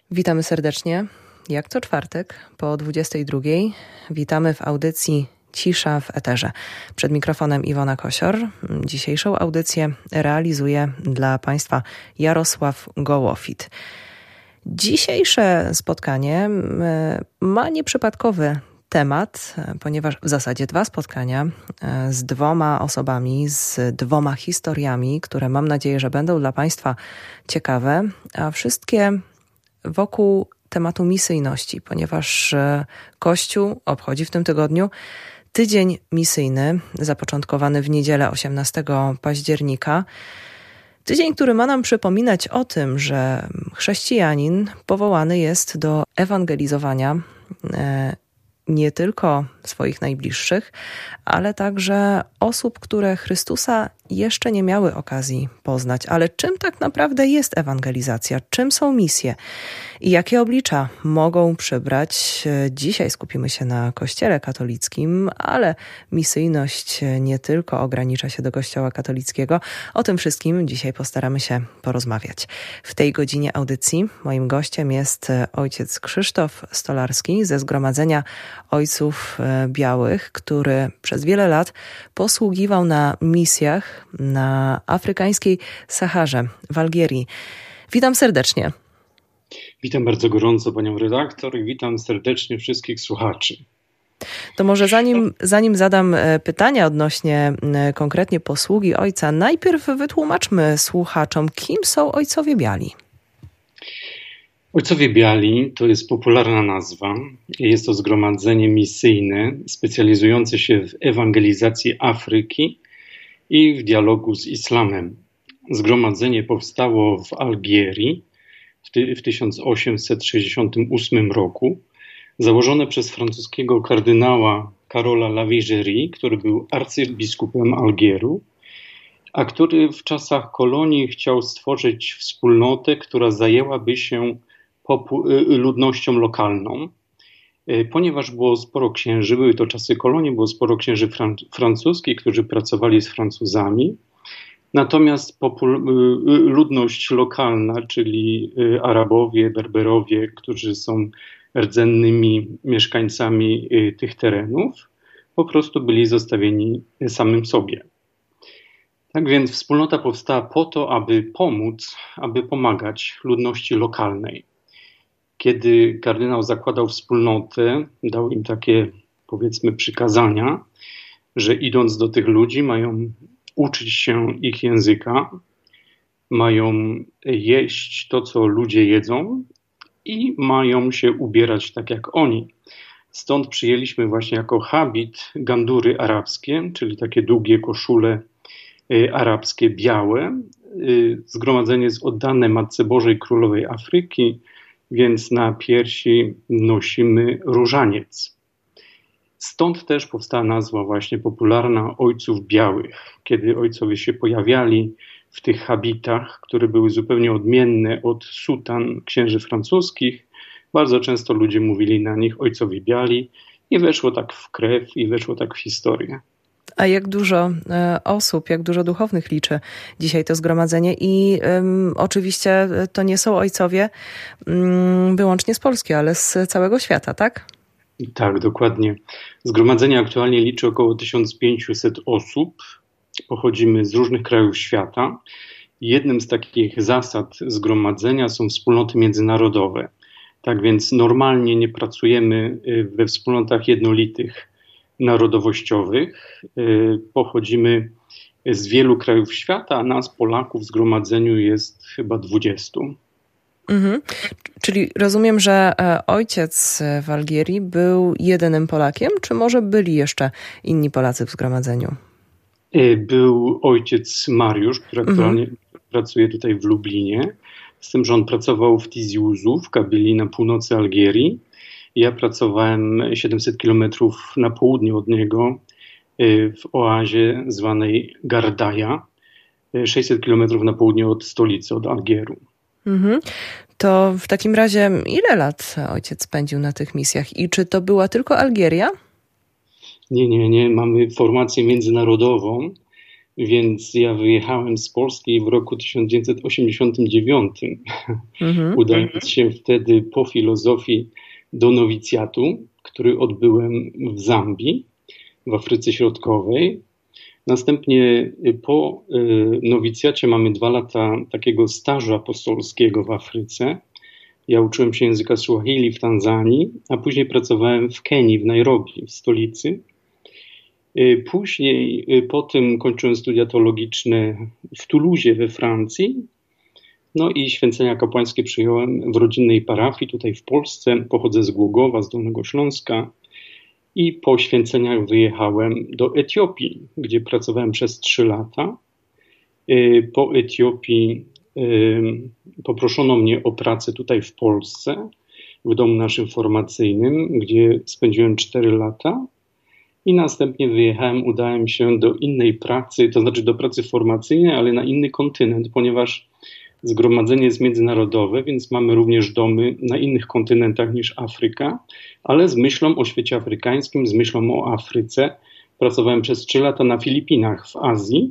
Witamy serdecznie. Jak co czwartek po 22:00 witamy w audycji Cisza w Eterze. Przed mikrofonem Iwona Kosior. Dzisiejszą audycję realizuje dla Państwa Jarosław Gołofit. Dzisiejsze spotkanie ma nieprzypadkowy temat, ponieważ w zasadzie dwa spotkania z dwoma osobami, z dwoma historiami, które mam nadzieję, że będą dla Państwa ciekawe, a wszystkie wokół tematu misyjności, ponieważ Kościół obchodzi w tym tygodniu tydzień misyjny, zapoczątkowany w niedzielę 18 października. Tydzień, który ma nam przypominać o tym, że chrześcijanin powołany jest do ewangelizowania nie tylko swoich najbliższych, ale także osób, które Chrystusa jeszcze nie miały okazji poznać. Ale czym tak naprawdę jest ewangelizacja? Czym są misje? I jakie oblicza mogą przybrać? Dzisiaj skupimy się na Kościele katolickim, ale misyjność nie tylko ogranicza się do Kościoła katolickiego. O tym wszystkim dzisiaj postaramy się porozmawiać. W tej godzinie audycji moim gościem jest ojciec Krzysztof Stolarski ze Zgromadzenia Ojców Białych, który przez wiele lat posługiwał na misjach na afrykańskiej Saharze w Algierii. Witam serdecznie. Witam bardzo gorąco panią redaktor i witam serdecznie wszystkich słuchaczy. To może zanim zadam pytania odnośnie konkretnie posługi ojca, najpierw wytłumaczmy słuchaczom, kim są Ojcowie Biali. Ojcowie Biali to jest popularna nazwa. Jest to zgromadzenie misyjne specjalizujące się w ewangelizacji Afryki i w dialogu z islamem. Zgromadzenie powstało w Algierii w 1868 roku, założone przez francuskiego kardynała Karola Lavigerie, który był arcybiskupem Algieru, a który w czasach kolonii chciał stworzyć wspólnotę, która zajęłaby się ludnością lokalną. Ponieważ było sporo księży, były to czasy kolonii, było sporo księży francuskich, którzy pracowali z Francuzami. Natomiast ludność lokalna, czyli Arabowie, Berberowie, którzy są rdzennymi mieszkańcami tych terenów, po prostu byli zostawieni samym sobie. Tak więc wspólnota powstała po to, aby pomagać ludności lokalnej. Kiedy kardynał zakładał wspólnotę, dał im takie, powiedzmy, przykazania, że idąc do tych ludzi mają uczyć się ich języka, mają jeść to, co ludzie jedzą i mają się ubierać tak jak oni. Stąd przyjęliśmy właśnie jako habit gandury arabskie, czyli takie długie koszule arabskie, białe. Zgromadzenie jest oddane Matce Bożej Królowej Afryki, więc na piersi nosimy różaniec. Stąd też powstała nazwa właśnie popularna Ojców Białych. Kiedy ojcowie się pojawiali w tych habitach, które były zupełnie odmienne od sutan księży francuskich, bardzo często ludzie mówili na nich Ojcowie Biali i weszło tak w krew i weszło tak w historię. A jak dużo osób, jak dużo duchownych liczy dzisiaj to zgromadzenie i oczywiście to nie są ojcowie wyłącznie z Polski, ale z całego świata, tak? Tak, dokładnie. Zgromadzenie aktualnie liczy około 1500 osób. Pochodzimy z różnych krajów świata. Jednym z takich zasad zgromadzenia są wspólnoty międzynarodowe. Tak więc normalnie nie pracujemy we wspólnotach jednolitych, narodowościowych. Pochodzimy z wielu krajów świata, a nas, Polaków, w zgromadzeniu jest chyba 20. Mhm. Czyli rozumiem, że ojciec w Algierii był jedynym Polakiem, czy może byli jeszcze inni Polacy w zgromadzeniu? Był ojciec Mariusz, który aktualnie pracuje tutaj w Lublinie, z tym, że on pracował w Tizi Ouzou, w Kabyli na północy Algierii. Ja pracowałem 700 kilometrów na południe od niego w oazie zwanej Gardaja, 600 kilometrów na południe od stolicy, od Algieru. To w takim razie ile lat ojciec spędził na tych misjach i czy to była tylko Algieria? Nie. Mamy formację międzynarodową. Więc ja wyjechałem z Polski w roku 1989, udając się wtedy po filozofii do nowicjatu, który odbyłem w Zambii, w Afryce Środkowej. Następnie po nowicjacie mamy 2 lata takiego stażu apostolskiego w Afryce. Ja uczyłem się języka Swahili w Tanzanii, a później pracowałem w Kenii, w Nairobi, w stolicy. Później po tym kończyłem studia teologiczne w Toulouse we Francji. No i święcenia kapłańskie przyjąłem w rodzinnej parafii tutaj w Polsce. Pochodzę z Głogowa, z Dolnego Śląska. I po święceniach wyjechałem do Etiopii, gdzie pracowałem przez 3 lata. Po Etiopii poproszono mnie o pracę tutaj w Polsce, w domu naszym formacyjnym, gdzie spędziłem 4 lata. I następnie wyjechałem, udałem się do innej pracy, to znaczy do pracy formacyjnej, ale na inny kontynent, ponieważ zgromadzenie jest międzynarodowe, więc mamy również domy na innych kontynentach niż Afryka, ale z myślą o świecie afrykańskim, z myślą o Afryce. Pracowałem przez 3 lata na Filipinach w Azji.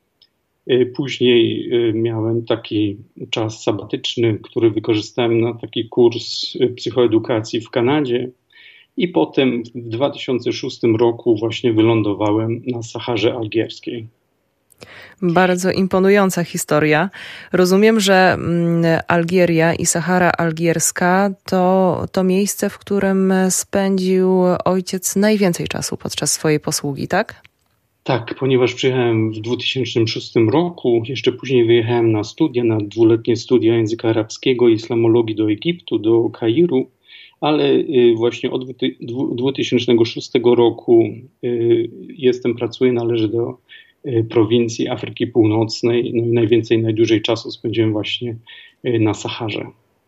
Później miałem taki czas sabatyczny, który wykorzystałem na taki kurs psychoedukacji w Kanadzie. I potem w 2006 roku właśnie wylądowałem na Saharze Algierskiej. Bardzo imponująca historia. Rozumiem, że Algieria i Sahara Algierska to miejsce, w którym spędził ojciec najwięcej czasu podczas swojej posługi, tak? Tak, ponieważ przyjechałem w 2006 roku, jeszcze później wyjechałem na studia, na 2-letnie studia języka arabskiego i islamologii do Egiptu, do Kairu, ale właśnie od 2006 roku pracuję, należę do prowincji Afryki Północnej, no i najdłużej czasu spędziłem właśnie na Saharze.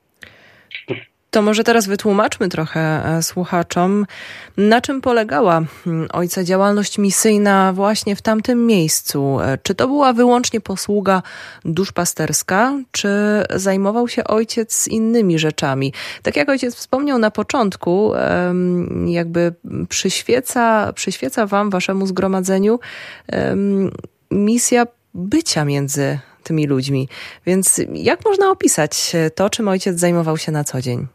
To może teraz wytłumaczmy trochę słuchaczom, na czym polegała ojca działalność misyjna właśnie w tamtym miejscu. Czy to była wyłącznie posługa duszpasterska, czy zajmował się ojciec innymi rzeczami? Tak jak ojciec wspomniał na początku, jakby przyświeca wam, waszemu zgromadzeniu, misja bycia między tymi ludźmi. Więc jak można opisać to, czym ojciec zajmował się na co dzień?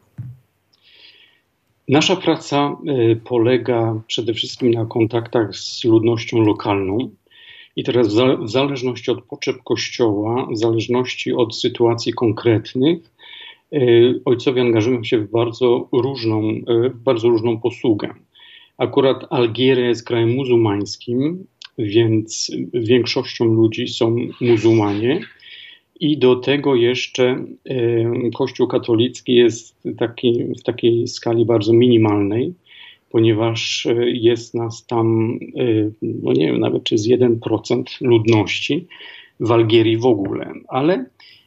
Nasza praca polega przede wszystkim na kontaktach z ludnością lokalną i teraz w zależności od potrzeb Kościoła, w zależności od sytuacji konkretnych, ojcowie angażują się w bardzo różną posługę. Akurat Algieria jest krajem muzułmańskim, więc większością ludzi są muzułmanie. I do tego jeszcze Kościół katolicki jest w takiej skali bardzo minimalnej, ponieważ jest nas tam, no nie wiem nawet czy z 1% ludności w Algierii w ogóle, ale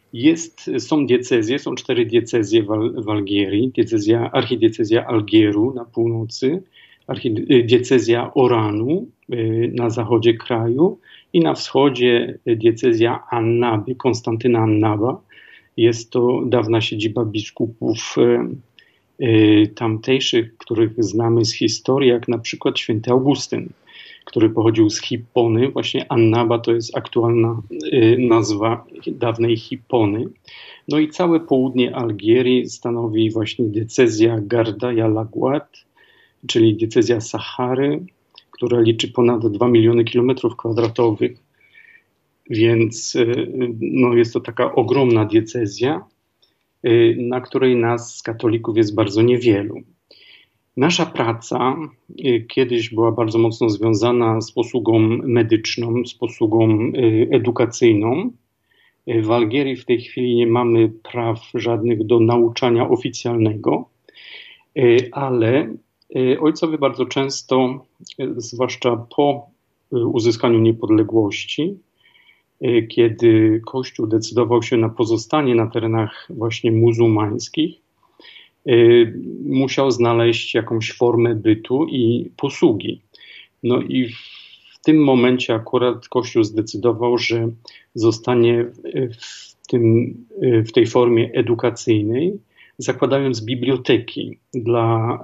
są 4 diecezje w Algierii, archidiecezja Algieru na północy, diecezja Oranu na zachodzie kraju i na wschodzie diecezja Annaby, Konstantyna Annaba. Jest to dawna siedziba biskupów tamtejszych, których znamy z historii, jak na przykład święty Augustyn, który pochodził z Hippony. Właśnie Annaba to jest aktualna nazwa dawnej Hippony. No i całe południe Algierii stanowi właśnie diecezja Gardaja Lagouad, czyli diecezja Sahary, która liczy ponad 2 miliony kilometrów kwadratowych, więc no, jest to taka ogromna diecezja, na której nas, katolików, jest bardzo niewielu. Nasza praca kiedyś była bardzo mocno związana z posługą medyczną, z posługą edukacyjną. W Algierii w tej chwili nie mamy praw żadnych do nauczania oficjalnego, ale ojcowie bardzo często, zwłaszcza po uzyskaniu niepodległości, kiedy Kościół decydował się na pozostanie na terenach właśnie muzułmańskich, musiał znaleźć jakąś formę bytu i posługi. No i w tym momencie akurat Kościół zdecydował, że zostanie w tej formie edukacyjnej, zakładając biblioteki dla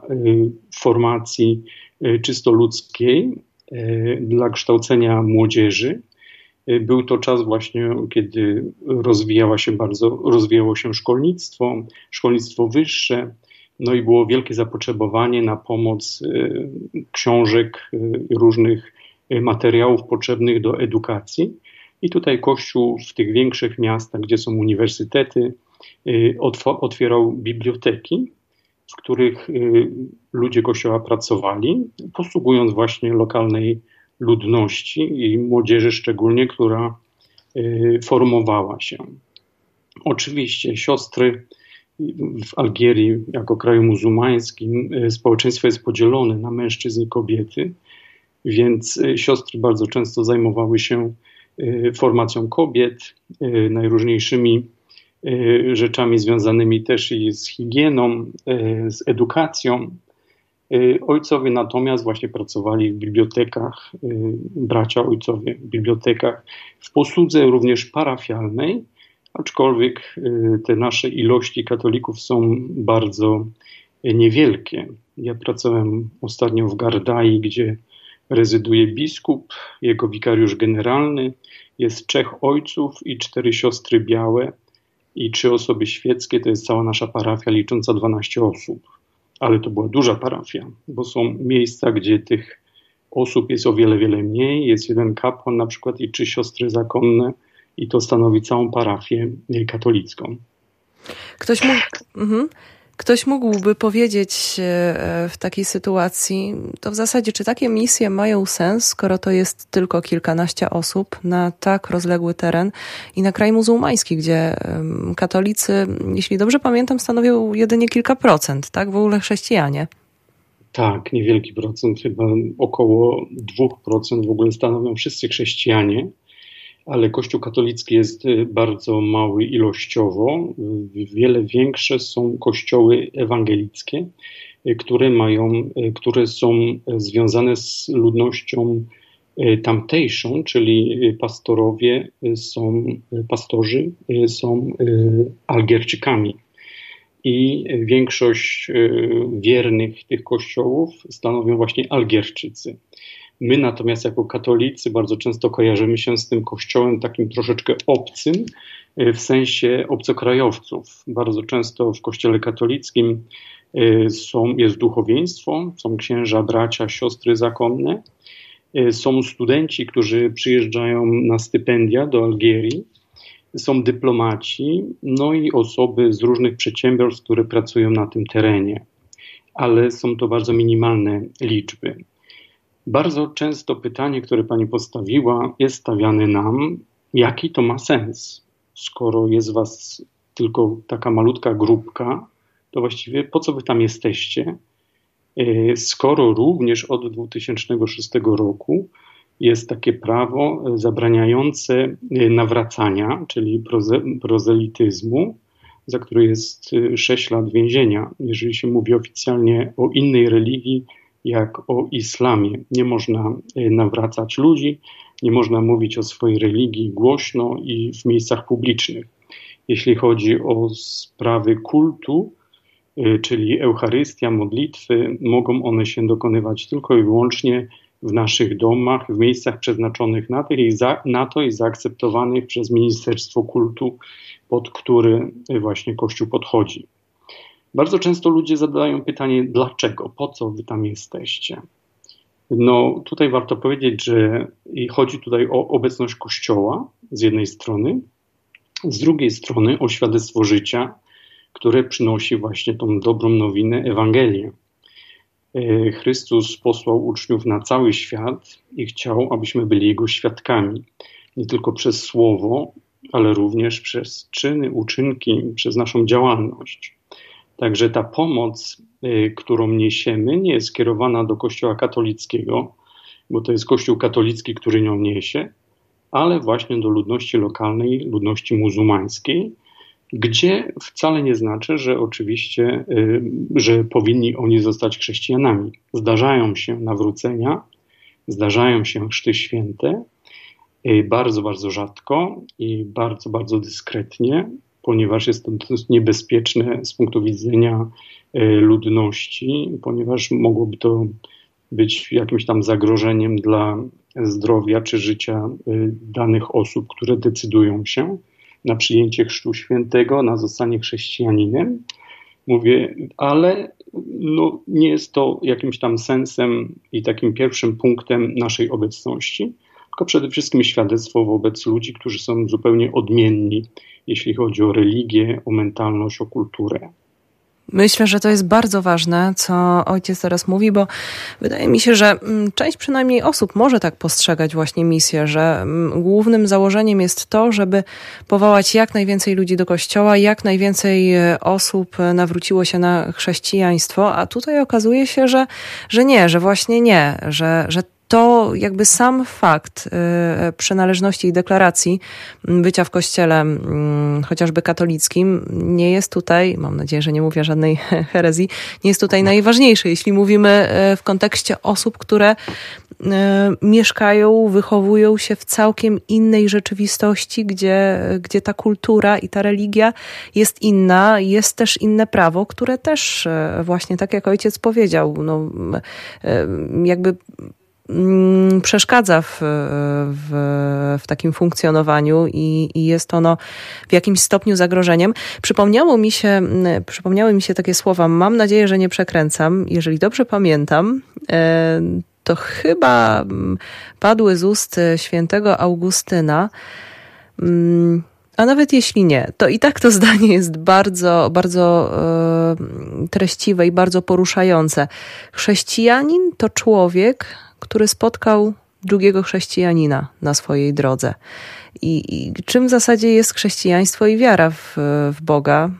formacji czysto ludzkiej, dla kształcenia młodzieży Był to czas właśnie, kiedy rozwijało się szkolnictwo wyższe, no i było wielkie zapotrzebowanie na pomoc książek, różnych materiałów potrzebnych do edukacji. I tutaj Kościół w tych większych miastach, gdzie są uniwersytety, otwierał biblioteki, w których ludzie Kościoła pracowali, posługując właśnie lokalnej ludności i młodzieży szczególnie, która formowała się. Oczywiście siostry w Algierii, jako kraju muzułmańskim, społeczeństwo jest podzielone na mężczyzn i kobiety, więc siostry bardzo często zajmowały się formacją kobiet, najróżniejszymi rzeczami związanymi też i z higieną, z edukacją. Ojcowie natomiast właśnie pracowali w bibliotekach, bracia ojcowie w bibliotekach, w posłudze również parafialnej, aczkolwiek te nasze ilości katolików są bardzo niewielkie. Ja pracowałem ostatnio w Gardai, gdzie rezyduje biskup, jego wikariusz generalny, jest 3 ojców i 4 siostry białe i 3 osoby świeckie, to jest cała nasza parafia licząca 12 osób. Ale to była duża parafia, bo są miejsca, gdzie tych osób jest o wiele, wiele mniej. Jest 1 kapłan na przykład i 3 siostry zakonne i to stanowi całą parafię katolicką. Ktoś mógłby powiedzieć w takiej sytuacji, to w zasadzie czy takie misje mają sens, skoro to jest tylko kilkanaście osób na tak rozległy teren i na kraj muzułmański, gdzie katolicy, jeśli dobrze pamiętam, stanowią jedynie kilka procent, tak? W ogóle chrześcijanie. Tak, niewielki procent, chyba około 2% w ogóle stanowią wszyscy chrześcijanie. Ale Kościół katolicki jest bardzo mały ilościowo. Wiele większe są kościoły ewangelickie, które są związane z ludnością tamtejszą, pastorzy są Algierczykami. I większość wiernych tych kościołów stanowią właśnie Algierczycy. My natomiast jako katolicy bardzo często kojarzymy się z tym kościołem takim troszeczkę obcym, w sensie obcokrajowców. Bardzo często w kościele katolickim jest duchowieństwo, są księża, bracia, siostry zakonne, są studenci, którzy przyjeżdżają na stypendia do Algierii, są dyplomaci, no i osoby z różnych przedsiębiorstw, które pracują na tym terenie. Ale są to bardzo minimalne liczby. Bardzo często pytanie, które pani postawiła, jest stawiane nam, jaki to ma sens. Skoro jest was tylko taka malutka grupka, to właściwie po co wy tam jesteście? Skoro również od 2006 roku jest takie prawo zabraniające nawracania, czyli prozelityzmu, za który jest 6 lat więzienia, jeżeli się mówi oficjalnie o innej religii, jak o islamie. Nie można nawracać ludzi, nie można mówić o swojej religii głośno i w miejscach publicznych. Jeśli chodzi o sprawy kultu, czyli Eucharystia, modlitwy, mogą one się dokonywać tylko i wyłącznie w naszych domach, w miejscach przeznaczonych na to i zaakceptowanych przez Ministerstwo Kultu, pod który właśnie Kościół podchodzi. Bardzo często ludzie zadają pytanie, dlaczego, po co wy tam jesteście? No tutaj warto powiedzieć, że chodzi tutaj o obecność Kościoła z jednej strony, z drugiej strony o świadectwo życia, które przynosi właśnie tą dobrą nowinę, Ewangelię. Chrystus posłał uczniów na cały świat i chciał, abyśmy byli Jego świadkami. Nie tylko przez słowo, ale również przez czyny, uczynki, przez naszą działalność. Także ta pomoc, którą niesiemy, nie jest skierowana do Kościoła katolickiego, bo to jest Kościół katolicki, który nią niesie, ale właśnie do ludności lokalnej, ludności muzułmańskiej, gdzie wcale nie znaczy, że oczywiście, że powinni oni zostać chrześcijanami. Zdarzają się nawrócenia, zdarzają się chrzty święte, bardzo, bardzo rzadko i bardzo, bardzo dyskretnie, ponieważ jest to dosyć niebezpieczne z punktu widzenia ludności, ponieważ mogłoby to być jakimś tam zagrożeniem dla zdrowia czy życia danych osób, które decydują się na przyjęcie Chrztu Świętego, na zostanie chrześcijaninem. Mówię, ale nie jest to jakimś tam sensem i takim pierwszym punktem naszej obecności, tylko przede wszystkim świadectwo wobec ludzi, którzy są zupełnie odmienni, jeśli chodzi o religię, o mentalność, o kulturę. Myślę, że to jest bardzo ważne, co ojciec teraz mówi, bo wydaje mi się, że część przynajmniej osób może tak postrzegać właśnie misję, że głównym założeniem jest to, żeby powołać jak najwięcej ludzi do kościoła, jak najwięcej osób nawróciło się na chrześcijaństwo, a tutaj okazuje się, że nie, że właśnie nie, że to jakby sam fakt przynależności i deklaracji bycia w kościele, chociażby katolickim, nie jest tutaj, mam nadzieję, że nie mówię żadnej herezji, nie jest tutaj najważniejszy, jeśli mówimy w kontekście osób, które mieszkają, wychowują się w całkiem innej rzeczywistości, gdzie ta kultura i ta religia jest inna, jest też inne prawo, które też właśnie tak jak ojciec powiedział, jakby przeszkadza w takim funkcjonowaniu i jest ono w jakimś stopniu zagrożeniem. Przypomniały mi się takie słowa, mam nadzieję, że nie przekręcam, jeżeli dobrze pamiętam, to chyba padły z ust świętego Augustyna, a nawet jeśli nie, to i tak to zdanie jest bardzo, bardzo treściwe i bardzo poruszające. Chrześcijanin to człowiek, który spotkał drugiego chrześcijanina na swojej drodze. I czym w zasadzie jest chrześcijaństwo i wiara w Boga?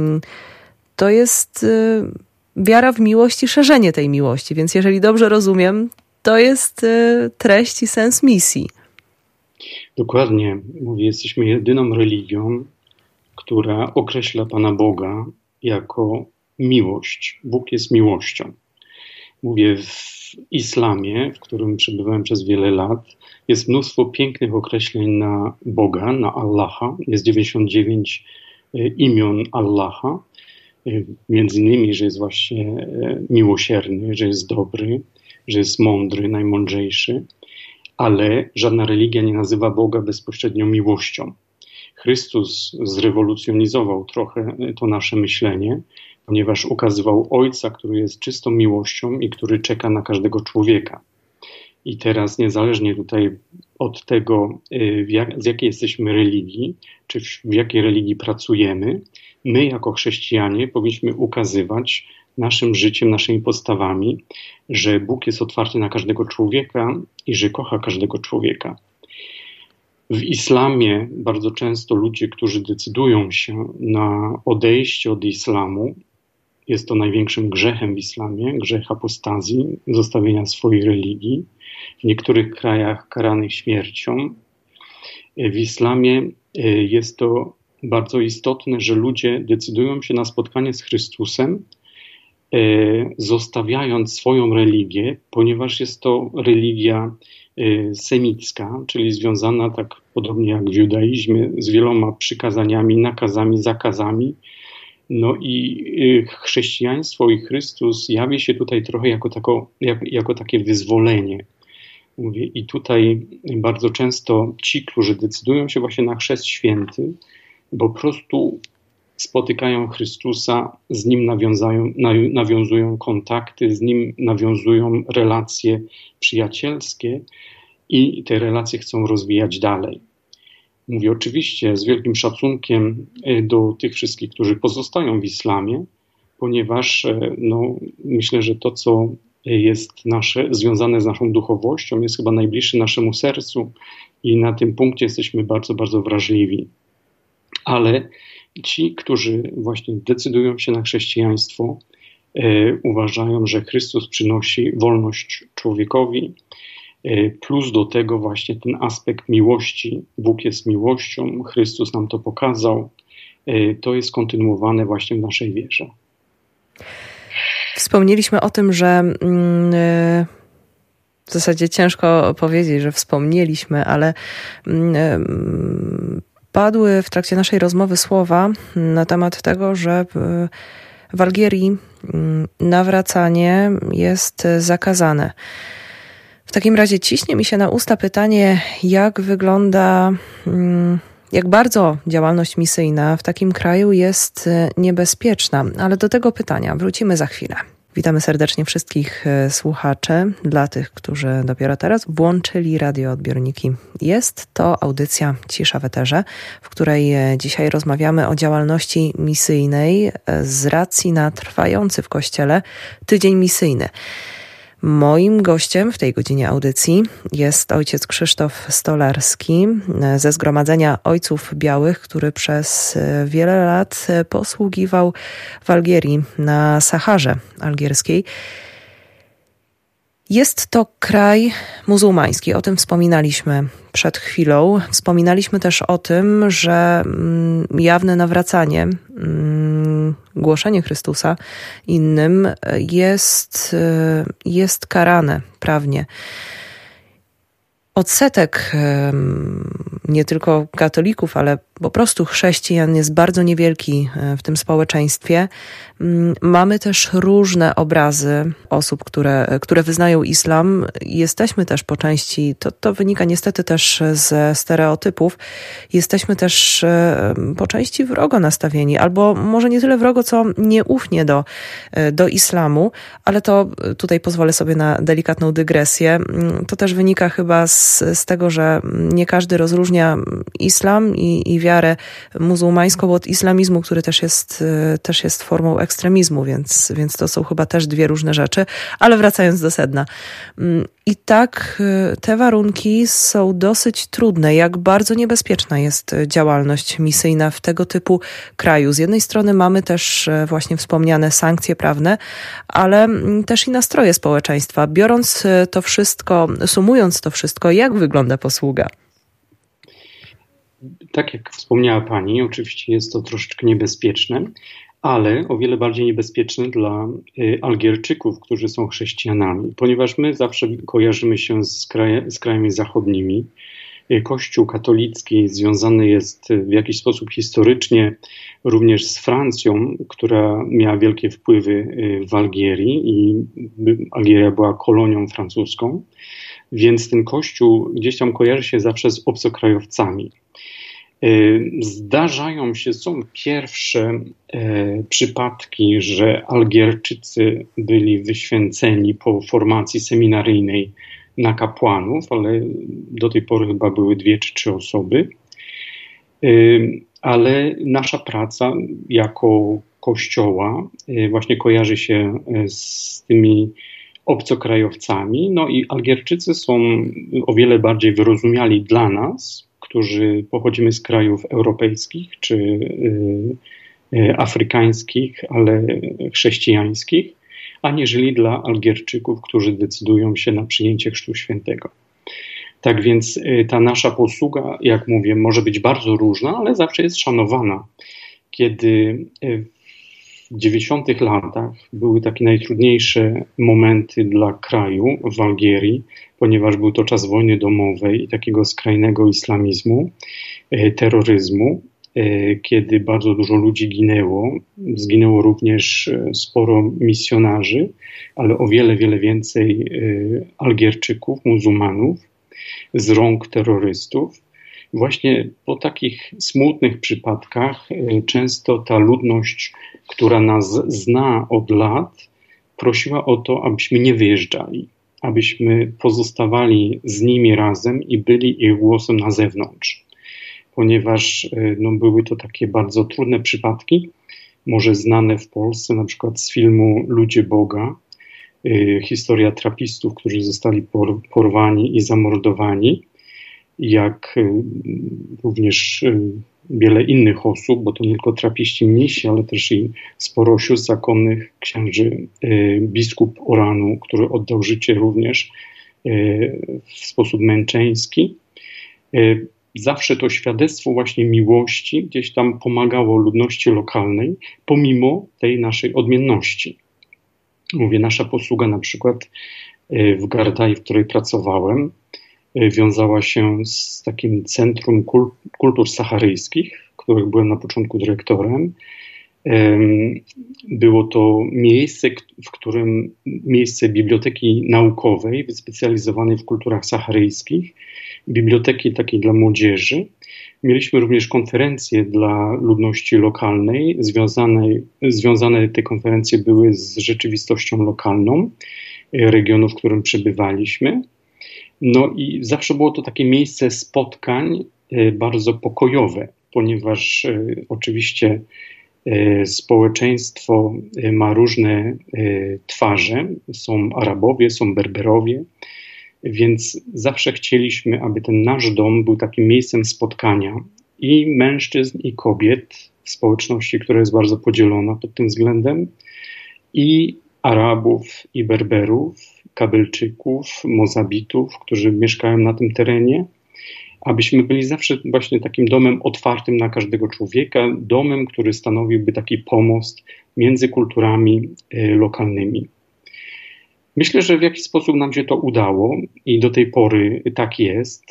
To jest wiara w miłość i szerzenie tej miłości. Więc jeżeli dobrze rozumiem, to jest treść i sens misji. Dokładnie. Mówię, jesteśmy jedyną religią, która określa Pana Boga jako miłość. Bóg jest miłością. Mówię, w islamie, w którym przebywałem przez wiele lat, jest mnóstwo pięknych określeń na Boga, na Allaha. Jest 99 imion Allaha. Między innymi, że jest właśnie miłosierny, że jest dobry, że jest mądry, najmądrzejszy. Ale żadna religia nie nazywa Boga bezpośrednio miłością. Chrystus zrewolucjonizował trochę to nasze myślenie, ponieważ ukazywał Ojca, który jest czystą miłością i który czeka na każdego człowieka. I teraz niezależnie tutaj od tego, z jakiej jesteśmy religii, czy w jakiej religii pracujemy, my jako chrześcijanie powinniśmy ukazywać naszym życiem, naszymi postawami, że Bóg jest otwarty na każdego człowieka i że kocha każdego człowieka. W islamie bardzo często ludzie, którzy decydują się na odejście od islamu, jest to największym grzechem w islamie, grzech apostazji, zostawienia swojej religii. W niektórych krajach karanych śmiercią. W islamie jest to bardzo istotne, że ludzie decydują się na spotkanie z Chrystusem, zostawiając swoją religię, ponieważ jest to religia semicka, czyli związana tak podobnie jak w judaizmie z wieloma przykazaniami, nakazami, zakazami. No i chrześcijaństwo i Chrystus jawi się tutaj trochę jako takie wyzwolenie. Mówię, i tutaj bardzo często ci, którzy decydują się właśnie na Chrzest Święty, po prostu spotykają Chrystusa, z Nim nawiązują kontakty, z Nim nawiązują relacje przyjacielskie i te relacje chcą rozwijać dalej. Mówię oczywiście z wielkim szacunkiem do tych wszystkich, którzy pozostają w islamie, ponieważ myślę, że to, co jest związane z naszą duchowością, jest chyba najbliższe naszemu sercu i na tym punkcie jesteśmy bardzo, bardzo wrażliwi. Ale ci, którzy właśnie decydują się na chrześcijaństwo, uważają, że Chrystus przynosi wolność człowiekowi, plus do tego właśnie ten aspekt miłości. Bóg jest miłością, Chrystus nam to pokazał. To jest kontynuowane właśnie w naszej wierze. Wspomnieliśmy o tym, że w zasadzie ciężko powiedzieć, że wspomnieliśmy, ale padły w trakcie naszej rozmowy słowa na temat tego, że w Algierii nawracanie jest zakazane. W takim razie ciśnie mi się na usta pytanie, jak bardzo działalność misyjna w takim kraju jest niebezpieczna, ale do tego pytania wrócimy za chwilę. Witamy serdecznie wszystkich słuchaczy. Dla tych, którzy dopiero teraz włączyli radioodbiorniki. Jest to audycja Cisza w Eterze, w której dzisiaj rozmawiamy o działalności misyjnej z racji na trwający w Kościele Tydzień Misyjny. Moim gościem w tej godzinie audycji jest ojciec Krzysztof Stolarski ze Zgromadzenia Ojców Białych, który przez wiele lat posługiwał w Algierii, na Saharze Algierskiej. Jest to kraj muzułmański, o tym wspominaliśmy przed chwilą. Wspominaliśmy też o tym, że jawne nawracanie, głoszenie Chrystusa innym jest karane prawnie. Odsetek nie tylko katolików, ale po prostu chrześcijan jest bardzo niewielki w tym społeczeństwie. Mamy też różne obrazy osób, które wyznają islam. Jesteśmy też po części, to wynika niestety też ze stereotypów, jesteśmy też po części wrogo nastawieni, albo może nie tyle wrogo, co nieufnie do islamu, ale to tutaj pozwolę sobie na delikatną dygresję. To też wynika chyba z tego, że nie każdy rozróżnia islam i wiarę muzułmańską od islamizmu, który też jest formą ekstremizmu, więc to są chyba też dwie różne rzeczy. Ale wracając do sedna. I tak te warunki są dosyć trudne. Jak bardzo niebezpieczna jest działalność misyjna w tego typu kraju. Z jednej strony mamy też właśnie wspomniane sankcje prawne, ale też i nastroje społeczeństwa. Biorąc to wszystko, sumując to wszystko, jak wygląda posługa? Tak jak wspomniała Pani, oczywiście jest to troszeczkę niebezpieczne, ale o wiele bardziej niebezpieczne dla Algierczyków, którzy są chrześcijanami, ponieważ my zawsze kojarzymy się z krajami zachodnimi. Kościół katolicki związany jest w jakiś sposób historycznie również z Francją, która miała wielkie wpływy w Algierii i Algieria była kolonią francuską, więc ten Kościół gdzieś tam kojarzy się zawsze z obcokrajowcami. Zdarzają się, są pierwsze przypadki, że Algierczycy byli wyświęceni po formacji seminaryjnej na kapłanów, ale do tej pory chyba były 2 czy 3 osoby. Ale nasza praca jako Kościoła właśnie kojarzy się z tymi obcokrajowcami. No i Algierczycy są o wiele bardziej wyrozumiali dla nas, którzy pochodzimy z krajów europejskich czy afrykańskich, ale chrześcijańskich, aniżeli dla Algierczyków, którzy decydują się na przyjęcie Chrztu Świętego. Tak więc ta nasza posługa, jak mówię, może być bardzo różna, ale zawsze jest szanowana. Kiedy w 90-tych latach były takie najtrudniejsze momenty dla kraju w Algierii, ponieważ był to czas wojny domowej i takiego skrajnego islamizmu, terroryzmu, kiedy bardzo dużo ludzi zginęło również sporo misjonarzy, ale o wiele, wiele więcej Algierczyków, muzułmanów z rąk terrorystów. Właśnie po takich smutnych przypadkach często ta ludność, która nas zna od lat, prosiła o to, abyśmy nie wyjeżdżali, abyśmy pozostawali z nimi razem i byli ich głosem na zewnątrz. Ponieważ były to takie bardzo trudne przypadki, może znane w Polsce, na przykład z filmu Ludzie Boga, historia trapistów, którzy zostali porwani i zamordowani, jak również wiele innych osób, bo to nie tylko trapiści mnisi, ale też i sporo sióstr zakonnych, księży, biskup Oranu, który oddał życie również w sposób męczeński. Zawsze to świadectwo właśnie miłości gdzieś tam pomagało ludności lokalnej, pomimo tej naszej odmienności. Mówię, nasza posługa na przykład w Gardai, w której pracowałem, wiązała się z takim Centrum Kultur Saharyjskich, których byłem na początku dyrektorem. Było to miejsce biblioteki naukowej wyspecjalizowanej w kulturach saharyjskich, biblioteki takiej dla młodzieży. Mieliśmy również konferencje dla ludności lokalnej. Związane te konferencje były z rzeczywistością lokalną regionu, w którym przebywaliśmy. No i zawsze było to takie miejsce spotkań bardzo pokojowe, ponieważ oczywiście społeczeństwo ma różne twarze. Są Arabowie, są Berberowie, więc zawsze chcieliśmy, aby ten nasz dom był takim miejscem spotkania i mężczyzn, i kobiet w społeczności, która jest bardzo podzielona pod tym względem, i Arabów, i Berberów, Kabylczyków, Mozabitów, którzy mieszkają na tym terenie, abyśmy byli zawsze właśnie takim domem otwartym na każdego człowieka, domem, który stanowiłby taki pomost między kulturami lokalnymi. Myślę, że w jakiś sposób nam się to udało i do tej pory tak jest.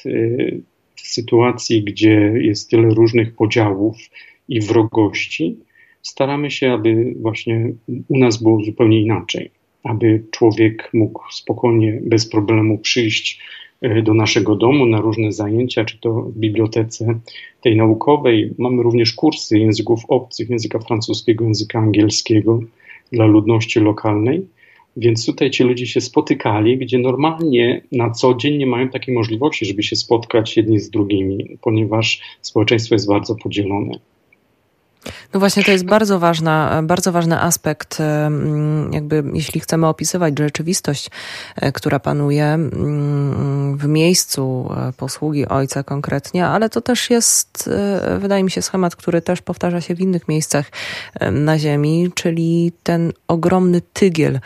W sytuacji, gdzie jest tyle różnych podziałów i wrogości, staramy się, aby właśnie u nas było zupełnie inaczej. Aby człowiek mógł spokojnie, bez problemu przyjść do naszego domu na różne zajęcia, czy to w bibliotece tej naukowej. Mamy również kursy języków obcych, języka francuskiego, języka angielskiego dla ludności lokalnej. Więc tutaj ci ludzie się spotykali, gdzie normalnie na co dzień nie mają takiej możliwości, żeby się spotkać jedni z drugimi, ponieważ społeczeństwo jest bardzo podzielone. No właśnie, to jest bardzo ważny aspekt, jakby jeśli chcemy opisywać rzeczywistość, która panuje w miejscu posługi Ojca konkretnie, ale to też jest, wydaje mi się, schemat, który też powtarza się w innych miejscach na ziemi, czyli ten ogromny tygiel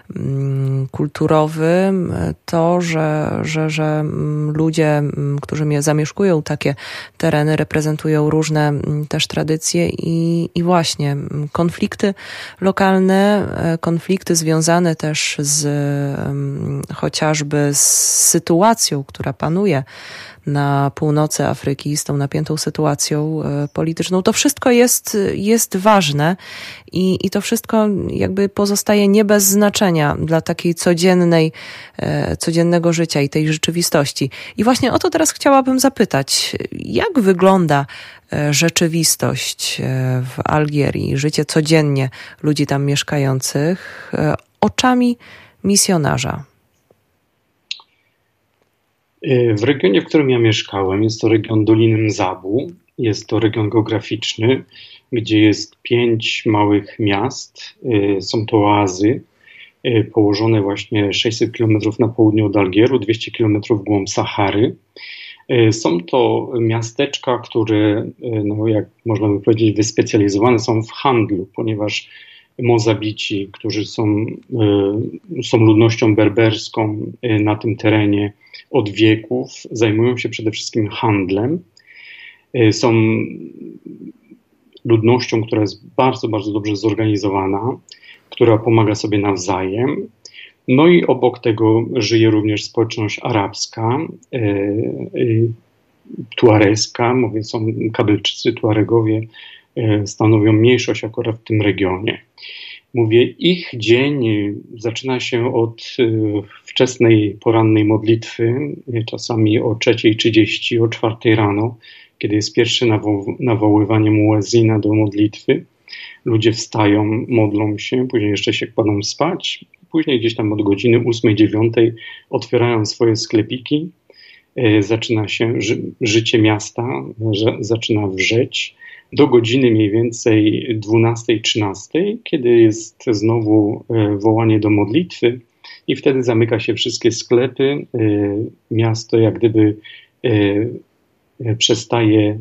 kulturowy, to, że ludzie, którzy zamieszkują takie tereny, reprezentują różne też tradycje i właśnie konflikty lokalne, konflikty związane też z chociażby z sytuacją, która panuje na północy Afryki, z tą napiętą sytuacją polityczną. To wszystko jest ważne i to wszystko jakby pozostaje nie bez znaczenia dla takiej codziennego życia i tej rzeczywistości. I właśnie o to teraz chciałabym zapytać, jak wygląda rzeczywistość w Algierii, życie codziennie ludzi tam mieszkających oczami misjonarza? W regionie, w którym ja mieszkałem, jest to region Doliny Mzabu. Jest to region geograficzny, gdzie jest 5 małych miast. Są to oazy położone właśnie 600 km na południe od Algieru, 200 km w głąb Sahary. Są to miasteczka, które, no jak można by powiedzieć, wyspecjalizowane są w handlu, ponieważ Mozabici, którzy są ludnością berberską na tym terenie od wieków, zajmują się przede wszystkim handlem. Są ludnością, która jest bardzo, bardzo dobrze zorganizowana, która pomaga sobie nawzajem. No i obok tego żyje również społeczność arabska, tuareska, są Kabylczycy, Tuaregowie, stanowią mniejszość akurat w tym regionie. Ich dzień zaczyna się od wczesnej porannej modlitwy, czasami o 3:30, o 4 rano, kiedy jest pierwsze nawoływanie muezzina do modlitwy. Ludzie wstają, modlą się, później jeszcze się kładą spać. Później gdzieś tam od godziny 8-9 otwierają swoje sklepiki. Zaczyna się życie miasta, zaczyna wrzeć. Do godziny mniej więcej 12-13, kiedy jest znowu wołanie do modlitwy i wtedy zamyka się wszystkie sklepy. Miasto jak gdyby przestaje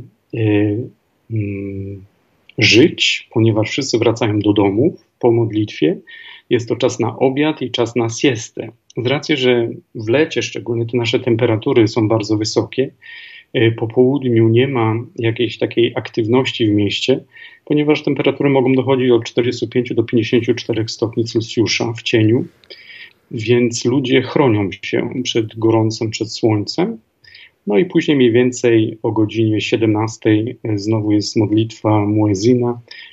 żyć, ponieważ wszyscy wracają do domów po modlitwie. Jest to czas na obiad i czas na siestę. Z racji, że w lecie szczególnie te nasze temperatury są bardzo wysokie, po południu nie ma jakiejś takiej aktywności w mieście, ponieważ temperatury mogą dochodzić od 45 do 54 stopni Celsjusza w cieniu, więc ludzie chronią się przed gorącem, przed słońcem. No i później mniej więcej o godzinie 17 znowu jest modlitwa muezzina,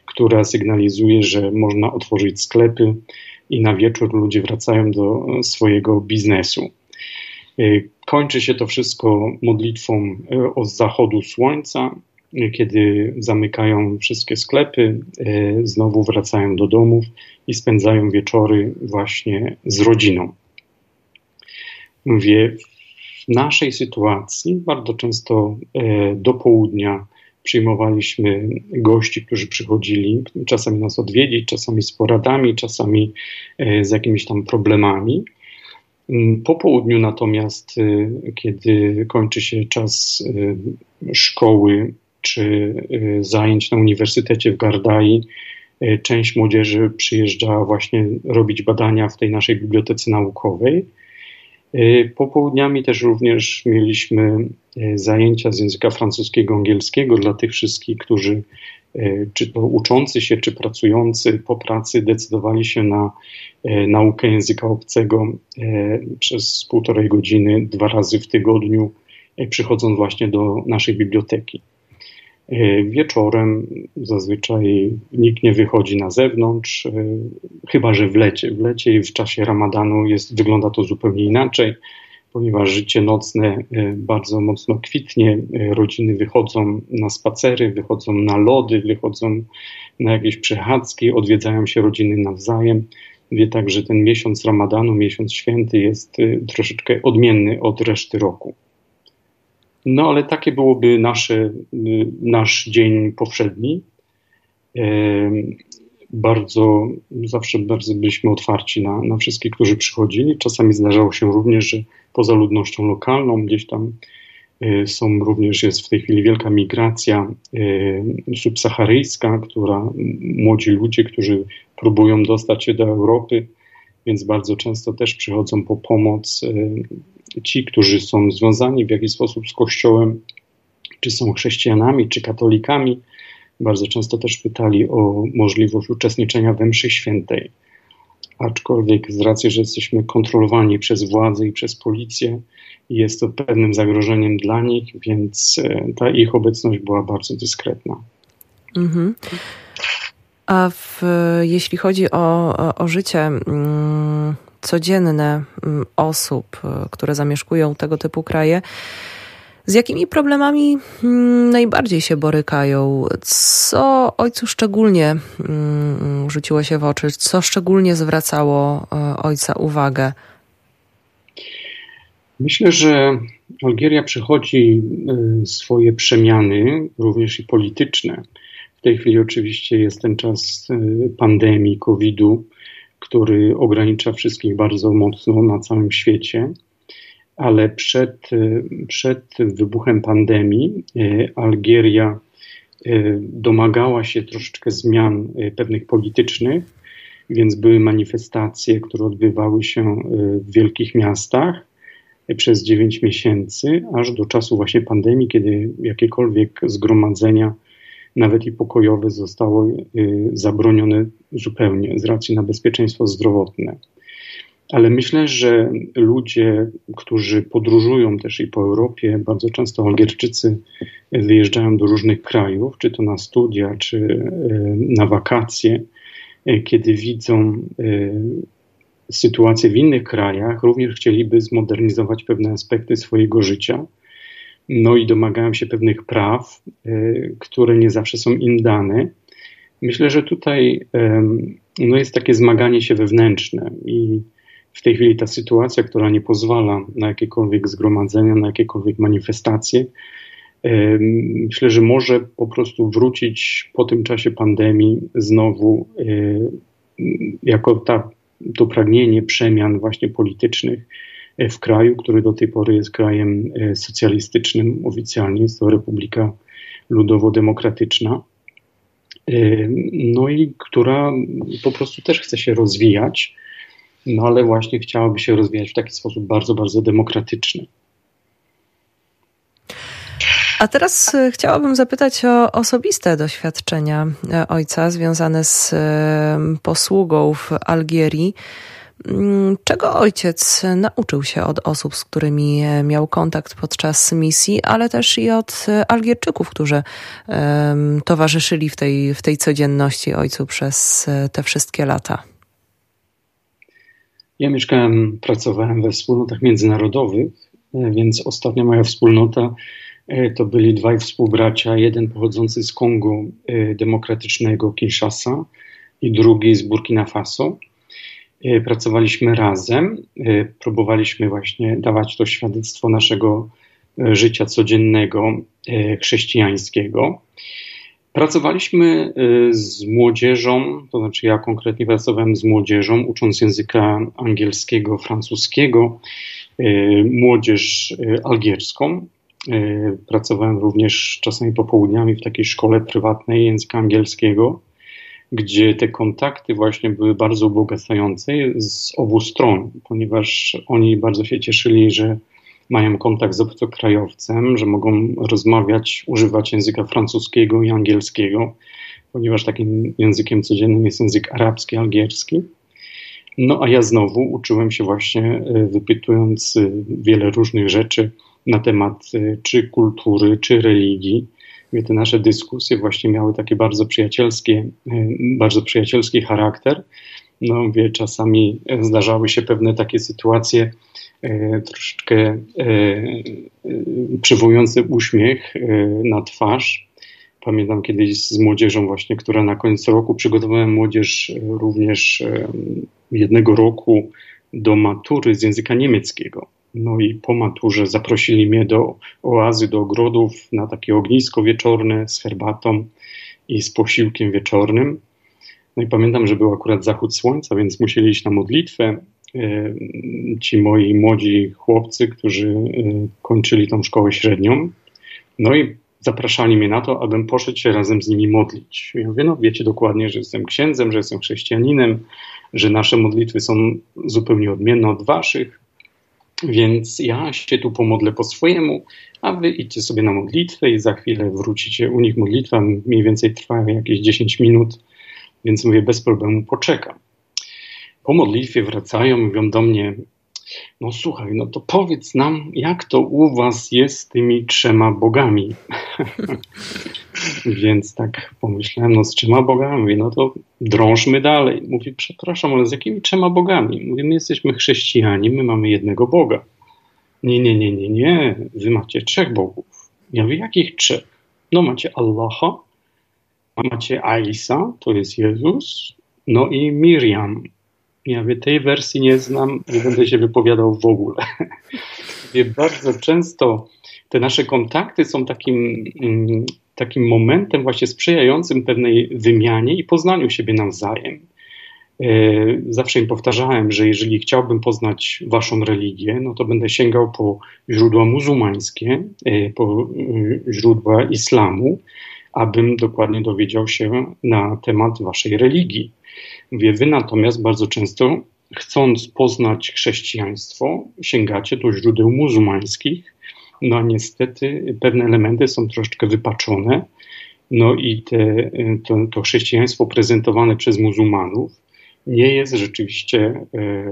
która sygnalizuje, że można otworzyć sklepy i na wieczór ludzie wracają do swojego biznesu. Kończy się to wszystko modlitwą o zachodu słońca, kiedy zamykają wszystkie sklepy, znowu wracają do domów i spędzają wieczory właśnie z rodziną. Mówię, w naszej sytuacji bardzo często do południa przyjmowaliśmy gości, którzy przychodzili czasami nas odwiedzić, czasami z poradami, czasami z jakimiś tam problemami. Po południu natomiast, kiedy kończy się czas szkoły czy zajęć na Uniwersytecie w Gardai, część młodzieży przyjeżdża właśnie robić badania w tej naszej bibliotece naukowej. Popołudniami też również mieliśmy zajęcia z języka francuskiego, angielskiego dla tych wszystkich, którzy czy to uczący się, czy pracujący po pracy decydowali się na naukę języka obcego przez 1,5 godziny 2 razy w tygodniu, przychodząc właśnie do naszej biblioteki. Wieczorem zazwyczaj nikt nie wychodzi na zewnątrz, chyba że w lecie. W lecie i w czasie Ramadanu wygląda to zupełnie inaczej, ponieważ życie nocne bardzo mocno kwitnie. Rodziny wychodzą na spacery, wychodzą na lody, wychodzą na jakieś przechadzki, odwiedzają się rodziny nawzajem. Wie także ten miesiąc Ramadanu, miesiąc święty jest troszeczkę odmienny od reszty roku. No ale takie byłoby nasz dzień powszedni. Zawsze bardzo byliśmy otwarci na wszystkich, którzy przychodzili. Czasami zdarzało się również, że poza ludnością lokalną gdzieś tam jest w tej chwili wielka migracja subsaharyjska, młodzi ludzie, którzy próbują dostać się do Europy, więc bardzo często też przychodzą po pomoc ci, którzy są związani w jakiś sposób z Kościołem, czy są chrześcijanami, czy katolikami. Bardzo często też pytali o możliwość uczestniczenia we mszy świętej. Aczkolwiek z racji, że jesteśmy kontrolowani przez władzę i przez policję, jest to pewnym zagrożeniem dla nich, więc ta ich obecność była bardzo dyskretna. Mhm. A jeśli chodzi o życie codzienne osób, które zamieszkują tego typu kraje, z jakimi problemami najbardziej się borykają? Co ojcu szczególnie rzuciło się w oczy? Co szczególnie zwracało ojca uwagę? Myślę, że Algieria przechodzi swoje przemiany, również i polityczne. W tej chwili oczywiście jest ten czas pandemii, COVID-u, który ogranicza wszystkich bardzo mocno na całym świecie. Ale przed wybuchem pandemii Algieria domagała się troszeczkę zmian pewnych politycznych, więc były manifestacje, które odbywały się w wielkich miastach przez 9 miesięcy, aż do czasu właśnie pandemii, kiedy jakiekolwiek zgromadzenia, nawet i pokojowe, zostały zabronione zupełnie z racji na bezpieczeństwo zdrowotne. Ale myślę, że ludzie, którzy podróżują też i po Europie, bardzo często Algierczycy wyjeżdżają do różnych krajów, czy to na studia, czy na wakacje, kiedy widzą sytuację w innych krajach, również chcieliby zmodernizować pewne aspekty swojego życia. No i domagają się pewnych praw, które nie zawsze są im dane. Myślę, że tutaj jest takie zmaganie się wewnętrzne i w tej chwili ta sytuacja, która nie pozwala na jakiekolwiek zgromadzenia, na jakiekolwiek manifestacje, myślę, że może po prostu wrócić po tym czasie pandemii znowu jako to pragnienie przemian właśnie politycznych w kraju, który do tej pory jest krajem socjalistycznym oficjalnie, jest to Republika Ludowo-Demokratyczna, no i która po prostu też chce się rozwijać, no ale właśnie chciałaby się rozwijać w taki sposób bardzo, bardzo demokratyczny. A teraz chciałabym zapytać o osobiste doświadczenia ojca związane z posługą w Algierii. Czego ojciec nauczył się od osób, z którymi miał kontakt podczas misji, ale też i od Algierczyków, którzy towarzyszyli w tej codzienności ojcu przez te wszystkie lata? Ja pracowałem we wspólnotach międzynarodowych, więc ostatnia moja wspólnota to byli dwaj współbracia, jeden pochodzący z Kongo Demokratycznego, Kinshasa, i drugi z Burkina Faso. Pracowaliśmy razem, próbowaliśmy właśnie dawać to świadectwo naszego życia codziennego, chrześcijańskiego. Pracowaliśmy z młodzieżą, to znaczy ja konkretnie pracowałem z młodzieżą, ucząc języka angielskiego, francuskiego, młodzież algierską. Pracowałem również czasami popołudniami w takiej szkole prywatnej języka angielskiego, gdzie te kontakty właśnie były bardzo ubogacające z obu stron, ponieważ oni bardzo się cieszyli, że mają kontakt z obcokrajowcem, że mogą rozmawiać, używać języka francuskiego i angielskiego, ponieważ takim językiem codziennym jest język arabski, algierski. No a ja znowu uczyłem się właśnie, wypytując wiele różnych rzeczy na temat czy kultury, czy religii. Te nasze dyskusje właśnie miały taki bardzo przyjacielski charakter. No, czasami zdarzały się pewne takie sytuacje troszeczkę przywołujące uśmiech na twarz. Pamiętam kiedyś z młodzieżą właśnie, która na koniec roku, przygotowałem młodzież również jednego roku do matury z języka niemieckiego. No i po maturze zaprosili mnie do oazy, do ogrodów, na takie ognisko wieczorne z herbatą i z posiłkiem wieczornym. No i pamiętam, że był akurat zachód słońca, więc musieli iść na modlitwę. Ci moi młodzi chłopcy, którzy kończyli tą szkołę średnią. No i zapraszali mnie na to, abym poszedł się razem z nimi modlić. Ja mówię, no wiecie dokładnie, że jestem księdzem, że jestem chrześcijaninem, że nasze modlitwy są zupełnie odmienne od waszych. Więc ja się tu pomodlę po swojemu, a wy idźcie sobie na modlitwę i za chwilę wrócicie. U nich modlitwa mniej więcej trwa jakieś 10 minut, więc mówię, bez problemu poczekam. Po modlitwie wracają, mówią do mnie, no słuchaj, no to powiedz nam, jak to u was jest z tymi 3 bogami. Więc tak pomyślałem, no z 3 bogami, mówię, no to drążmy dalej. Mówi, przepraszam, ale z jakimi 3 bogami? Mówię, my jesteśmy chrześcijanie, my mamy jednego Boga. Nie, wy macie 3 bogów. Ja mówię, jakich 3? No macie Allaha, a macie Isa, to jest Jezus, no i Miriam. Ja mówię, tej wersji nie znam, nie będę się wypowiadał w ogóle. Bardzo często te nasze kontakty są takim momentem właśnie sprzyjającym pewnej wymianie i poznaniu siebie nawzajem. Zawsze im powtarzałem, że jeżeli chciałbym poznać waszą religię, no to będę sięgał po źródła muzułmańskie, po źródła islamu, abym dokładnie dowiedział się na temat waszej religii. Mówię, wy natomiast bardzo często, chcąc poznać chrześcijaństwo, sięgacie do źródeł muzułmańskich, no a niestety pewne elementy są troszeczkę wypaczone, no i to chrześcijaństwo prezentowane przez muzułmanów nie jest rzeczywiście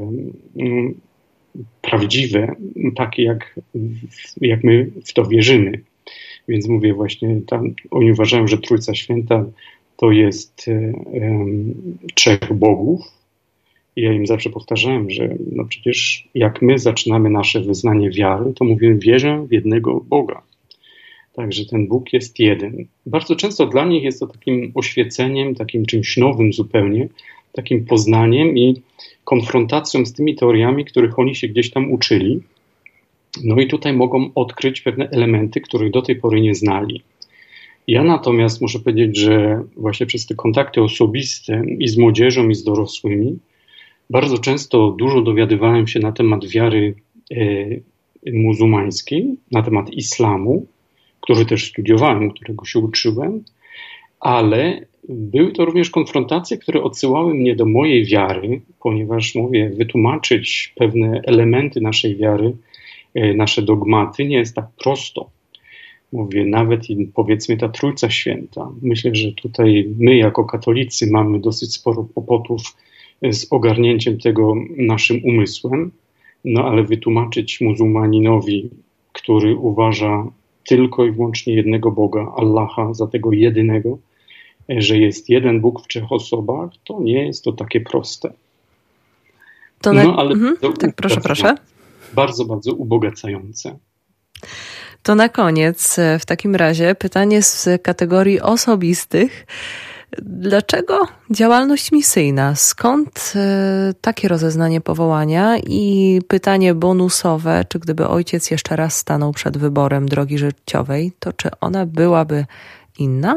prawdziwe, takie jak my w to wierzymy. Więc mówię właśnie, oni uważają, że Trójca Święta to jest 3 bogów. I ja im zawsze powtarzałem, że no przecież jak my zaczynamy nasze wyznanie wiary, to mówimy, wierzę w jednego Boga. Także ten Bóg jest jeden. Bardzo często dla nich jest to takim oświeceniem, takim czymś nowym zupełnie, takim poznaniem i konfrontacją z tymi teoriami, których oni się gdzieś tam uczyli. No i tutaj mogą odkryć pewne elementy, których do tej pory nie znali. Ja natomiast muszę powiedzieć, że właśnie przez te kontakty osobiste i z młodzieżą, i z dorosłymi, bardzo często dużo dowiadywałem się na temat wiary muzułmańskiej, na temat islamu, który też studiowałem, którego się uczyłem, ale były to również konfrontacje, które odsyłały mnie do mojej wiary, ponieważ mówię, wytłumaczyć pewne elementy naszej wiary, nasze dogmaty nie jest tak prosto. Mówię, nawet i powiedzmy ta Trójca Święta. Myślę, że tutaj my jako katolicy mamy dosyć sporo kłopotów, z ogarnięciem tego naszym umysłem, no ale wytłumaczyć muzułmaninowi, który uważa tylko i wyłącznie jednego Boga, Allaha, za tego jedynego, że jest jeden Bóg w 3 osobach, to nie jest to takie proste. Ale tak, proszę. Bardzo, bardzo ubogacające. To na koniec w takim razie pytanie z kategorii osobistych. Dlaczego działalność misyjna? Skąd takie rozeznanie powołania? I pytanie bonusowe, czy gdyby ojciec jeszcze raz stanął przed wyborem drogi życiowej, to czy ona byłaby inna?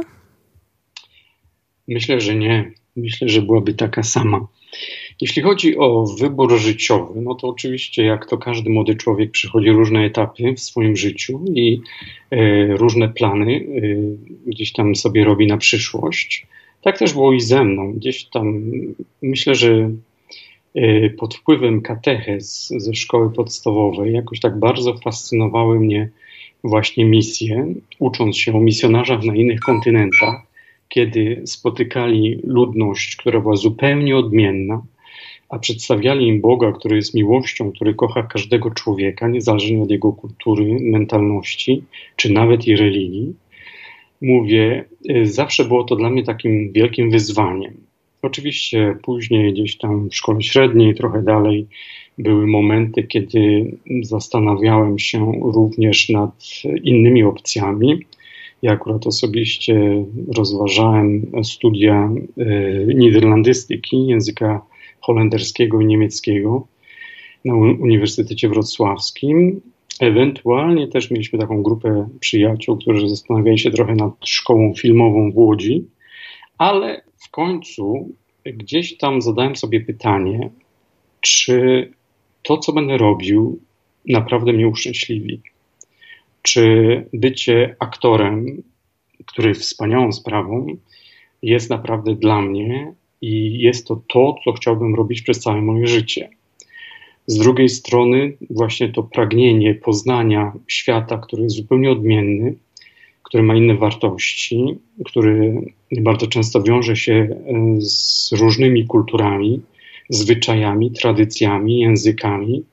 Myślę, że nie. Myślę, że byłaby taka sama. Jeśli chodzi o wybór życiowy, no to oczywiście jak to każdy młody człowiek przychodzi różne etapy w swoim życiu i różne plany gdzieś tam sobie robi na przyszłość. Tak też było i ze mną. Gdzieś tam myślę, że pod wpływem katechez ze szkoły podstawowej jakoś tak bardzo fascynowały mnie właśnie misje, ucząc się o misjonarzach na innych kontynentach, kiedy spotykali ludność, która była zupełnie odmienna, a przedstawiali im Boga, który jest miłością, który kocha każdego człowieka, niezależnie od jego kultury, mentalności, czy nawet i religii. Mówię, zawsze było to dla mnie takim wielkim wyzwaniem. Oczywiście później gdzieś tam w szkole średniej, trochę dalej, były momenty, kiedy zastanawiałem się również nad innymi opcjami. Ja akurat osobiście rozważałem studia niderlandystyki, języka holenderskiego i niemieckiego na Uniwersytecie Wrocławskim. Ewentualnie też mieliśmy taką grupę przyjaciół, którzy zastanawiali się trochę nad szkołą filmową w Łodzi, ale w końcu gdzieś tam zadałem sobie pytanie, czy to, co będę robił, naprawdę mnie uszczęśliwi. Czy bycie aktorem, który jest wspaniałą sprawą, jest naprawdę dla mnie i jest to, co chciałbym robić przez całe moje życie. Z drugiej strony właśnie to pragnienie poznania świata, który jest zupełnie odmienny, który ma inne wartości, który bardzo często wiąże się z różnymi kulturami, zwyczajami, tradycjami, językami.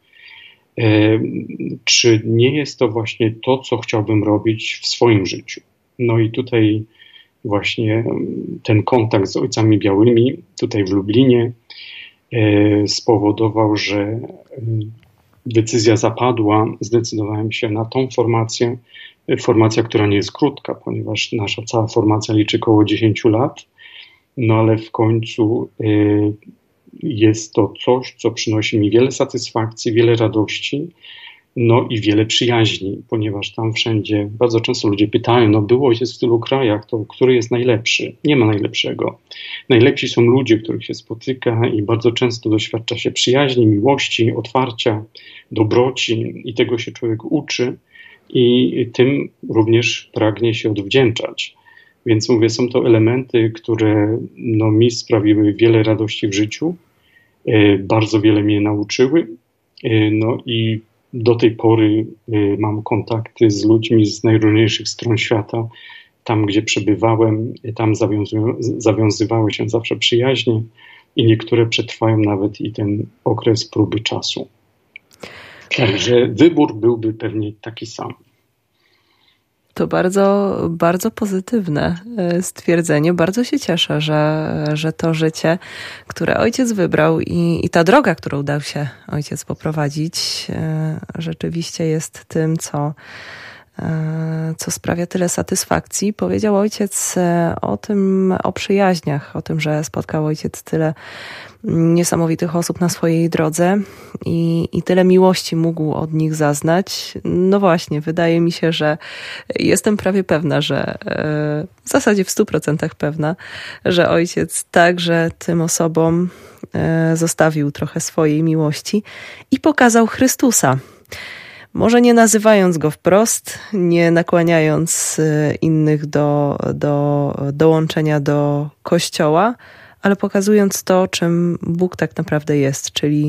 Czy nie jest to właśnie to, co chciałbym robić w swoim życiu? No i tutaj właśnie ten kontakt z ojcami białymi, tutaj w Lublinie, spowodował, że decyzja zapadła. Zdecydowałem się na tą formację. Formacja, która nie jest krótka, ponieważ nasza cała formacja liczy około 10 lat. No ale w końcu jest to coś, co przynosi mi wiele satysfakcji, wiele radości, no i wiele przyjaźni, ponieważ tam wszędzie bardzo często ludzie pytają, no był ojciec w tylu krajach, to który jest najlepszy? Nie ma najlepszego. Najlepsi są ludzie, których się spotyka i bardzo często doświadcza się przyjaźni, miłości, otwarcia, dobroci i tego się człowiek uczy i tym również pragnie się odwdzięczać. Więc mówię, są to elementy, które mi sprawiły wiele radości w życiu, bardzo wiele mnie nauczyły, no i do tej pory mam kontakty z ludźmi z najróżniejszych stron świata. Tam, gdzie przebywałem, tam zawiązywały się zawsze przyjaźnie i niektóre przetrwają nawet i ten okres próby czasu. Także wybór byłby pewnie taki sam. To bardzo, bardzo pozytywne stwierdzenie. Bardzo się cieszę, że to życie, które ojciec wybrał i ta droga, którą dał się ojciec poprowadzić, rzeczywiście jest tym, co sprawia tyle satysfakcji. Powiedział ojciec o przyjaźniach, o tym, że spotkał ojciec tyle niesamowitych osób na swojej drodze i tyle miłości mógł od nich zaznać. No właśnie, wydaje mi się, że jestem prawie pewna, że w zasadzie w 100% pewna, że ojciec także tym osobom zostawił trochę swojej miłości i pokazał Chrystusa. Może nie nazywając go wprost, nie nakłaniając innych do dołączenia do Kościoła, ale pokazując to, czym Bóg tak naprawdę jest, czyli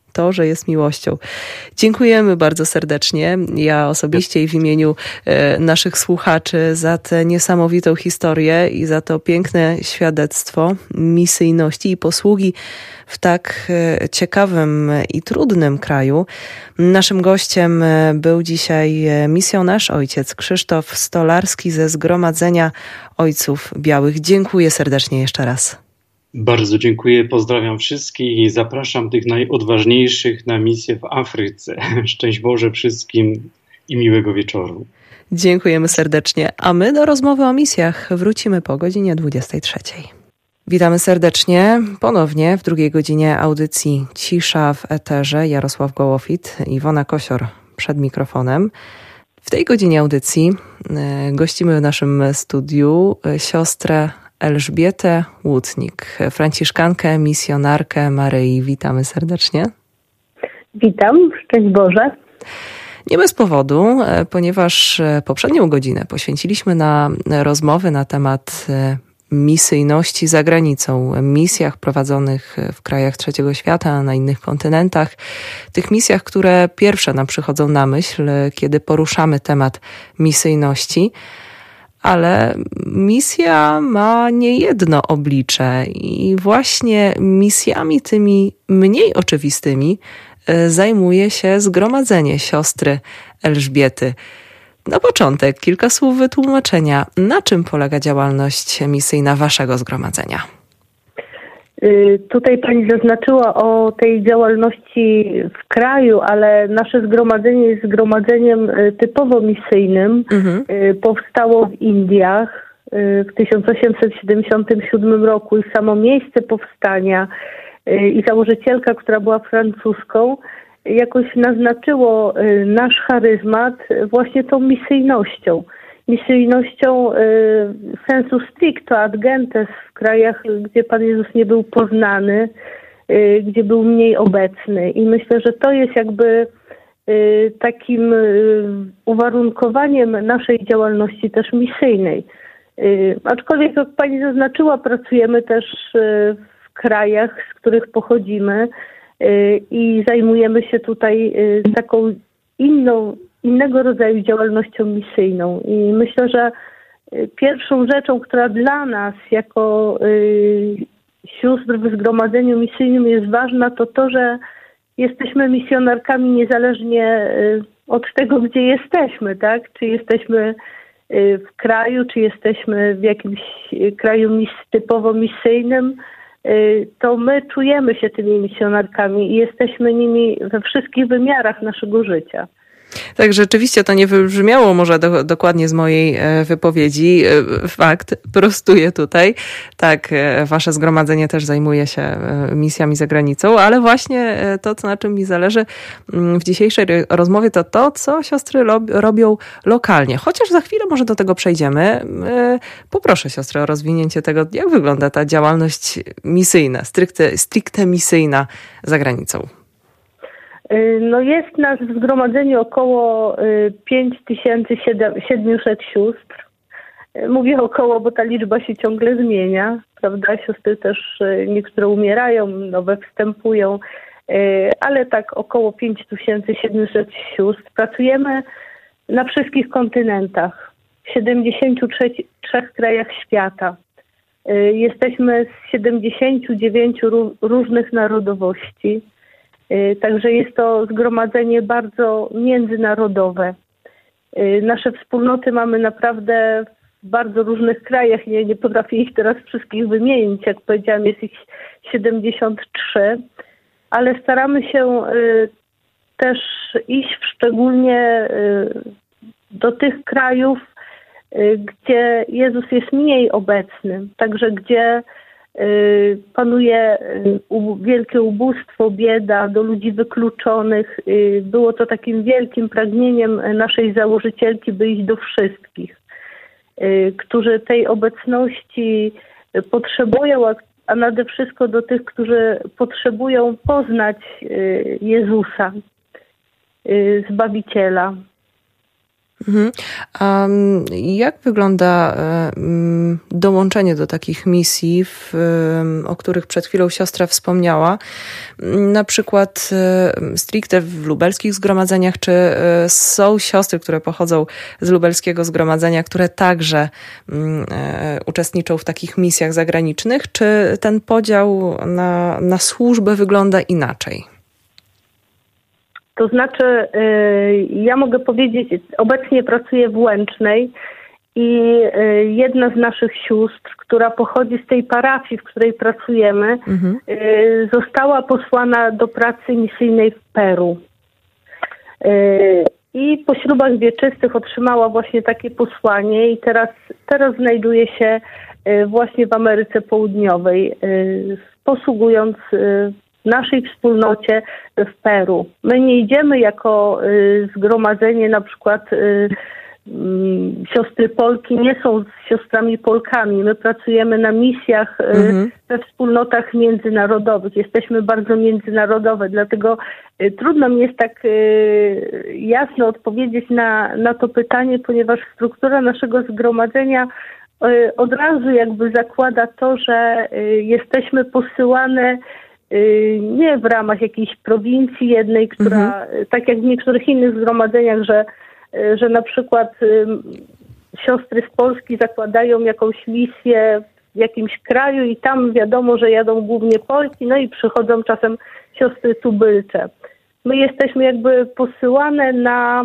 to, że jest miłością. Dziękujemy bardzo serdecznie. Ja osobiście i w imieniu naszych słuchaczy za tę niesamowitą historię i za to piękne świadectwo misyjności i posługi w tak ciekawym i trudnym kraju. Naszym gościem był dzisiaj misjonarz, ojciec Krzysztof Stolarski ze Zgromadzenia Ojców Białych. Dziękuję serdecznie jeszcze raz. Bardzo dziękuję, pozdrawiam wszystkich i zapraszam tych najodważniejszych na misję w Afryce. Szczęść Boże wszystkim i miłego wieczoru. Dziękujemy serdecznie, a my do rozmowy o misjach wrócimy po godzinie 23. Witamy serdecznie ponownie w drugiej godzinie audycji Cisza w Eterze. Jarosław Gołofit, Iwona Kosior przed mikrofonem. W tej godzinie audycji gościmy w naszym studiu siostrę Elżbietę Łutnik, franciszkankę, misjonarkę Maryi. Witamy serdecznie. Witam, szczęść Boże. Nie bez powodu, ponieważ poprzednią godzinę poświęciliśmy na rozmowy na temat misyjności za granicą, misjach prowadzonych w krajach trzeciego świata, na innych kontynentach, tych misjach, które pierwsze nam przychodzą na myśl, kiedy poruszamy temat misyjności. Ale misja ma niejedno oblicze i właśnie misjami tymi mniej oczywistymi zajmuje się Zgromadzenie Siostry Elżbiety. Na początek kilka słów wytłumaczenia, na czym polega działalność misyjna waszego zgromadzenia. Tutaj pani zaznaczyła o tej działalności w kraju, ale nasze zgromadzenie jest zgromadzeniem typowo misyjnym. Powstało w Indiach w 1877 roku i samo miejsce powstania i założycielka, która była Francuzką, jakoś naznaczyło nasz charyzmat właśnie tą misyjnością. Misyjnością sensu stricto ad gentes w krajach, gdzie Pan Jezus nie był poznany, gdzie był mniej obecny. I myślę, że to jest jakby takim uwarunkowaniem naszej działalności też misyjnej. Aczkolwiek, jak Pani zaznaczyła, pracujemy też w krajach, z których pochodzimy i zajmujemy się tutaj taką innego rodzaju działalnością misyjną. I myślę, że pierwszą rzeczą, która dla nas jako sióstr w zgromadzeniu misyjnym jest ważna, to to, że jesteśmy misjonarkami niezależnie od tego, gdzie jesteśmy, tak? Czy jesteśmy w kraju, czy jesteśmy w jakimś kraju typowo misyjnym, to my czujemy się tymi misjonarkami i jesteśmy nimi we wszystkich wymiarach naszego życia. Tak, rzeczywiście to nie wybrzmiało może dokładnie z mojej wypowiedzi. Fakt, prostuję tutaj. Tak, wasze zgromadzenie też zajmuje się misjami za granicą, ale właśnie to, na czym mi zależy w dzisiejszej rozmowie, to to, co siostry robią lokalnie. Chociaż za chwilę może do tego przejdziemy. Poproszę siostrę o rozwinięcie tego, jak wygląda ta działalność misyjna, stricte misyjna za granicą. No jest nas w zgromadzeniu około 5700 sióstr. Mówię około, bo ta liczba się ciągle zmienia, prawda? Siostry też niektóre umierają, nowe wstępują, ale tak około 5700 sióstr. Pracujemy na wszystkich kontynentach, w 73 krajach świata. Jesteśmy z 79 różnych narodowości. Także jest to zgromadzenie bardzo międzynarodowe. Nasze wspólnoty mamy naprawdę w bardzo różnych krajach. Nie potrafię ich teraz wszystkich wymienić. Jak powiedziałam, jest ich 73, ale staramy się też iść szczególnie do tych krajów, gdzie Jezus jest mniej obecny. Także gdzie panuje wielkie ubóstwo, bieda, do ludzi wykluczonych. Było to takim wielkim pragnieniem naszej założycielki, by iść do wszystkich, którzy tej obecności potrzebują, a nade wszystko do tych, którzy potrzebują poznać Jezusa, Zbawiciela. A jak wygląda dołączenie do takich misji, o których przed chwilą siostra wspomniała? Na przykład stricte w lubelskich zgromadzeniach, czy są siostry, które pochodzą z lubelskiego zgromadzenia, które także uczestniczą w takich misjach zagranicznych, czy ten podział na służbę wygląda inaczej? To znaczy, ja mogę powiedzieć, obecnie pracuję w Łęcznej i jedna z naszych sióstr, która pochodzi z tej parafii, w której pracujemy, została posłana do pracy misyjnej w Peru. I po ślubach wieczystych otrzymała właśnie takie posłanie i teraz znajduje się właśnie w Ameryce Południowej, posługując w naszej wspólnocie w Peru. My nie idziemy jako zgromadzenie, na przykład siostry Polki nie są siostrami Polkami. My pracujemy na misjach we wspólnotach międzynarodowych. Jesteśmy bardzo międzynarodowe, dlatego trudno mi jest tak jasno odpowiedzieć na to pytanie, ponieważ struktura naszego zgromadzenia od razu jakby zakłada to, że jesteśmy posyłane nie w ramach jakiejś prowincji jednej, która, tak jak w niektórych innych zgromadzeniach, że na przykład siostry z Polski zakładają jakąś misję w jakimś kraju i tam wiadomo, że jadą głównie Polki, no i przychodzą czasem siostry tubylcze. My jesteśmy jakby posyłane na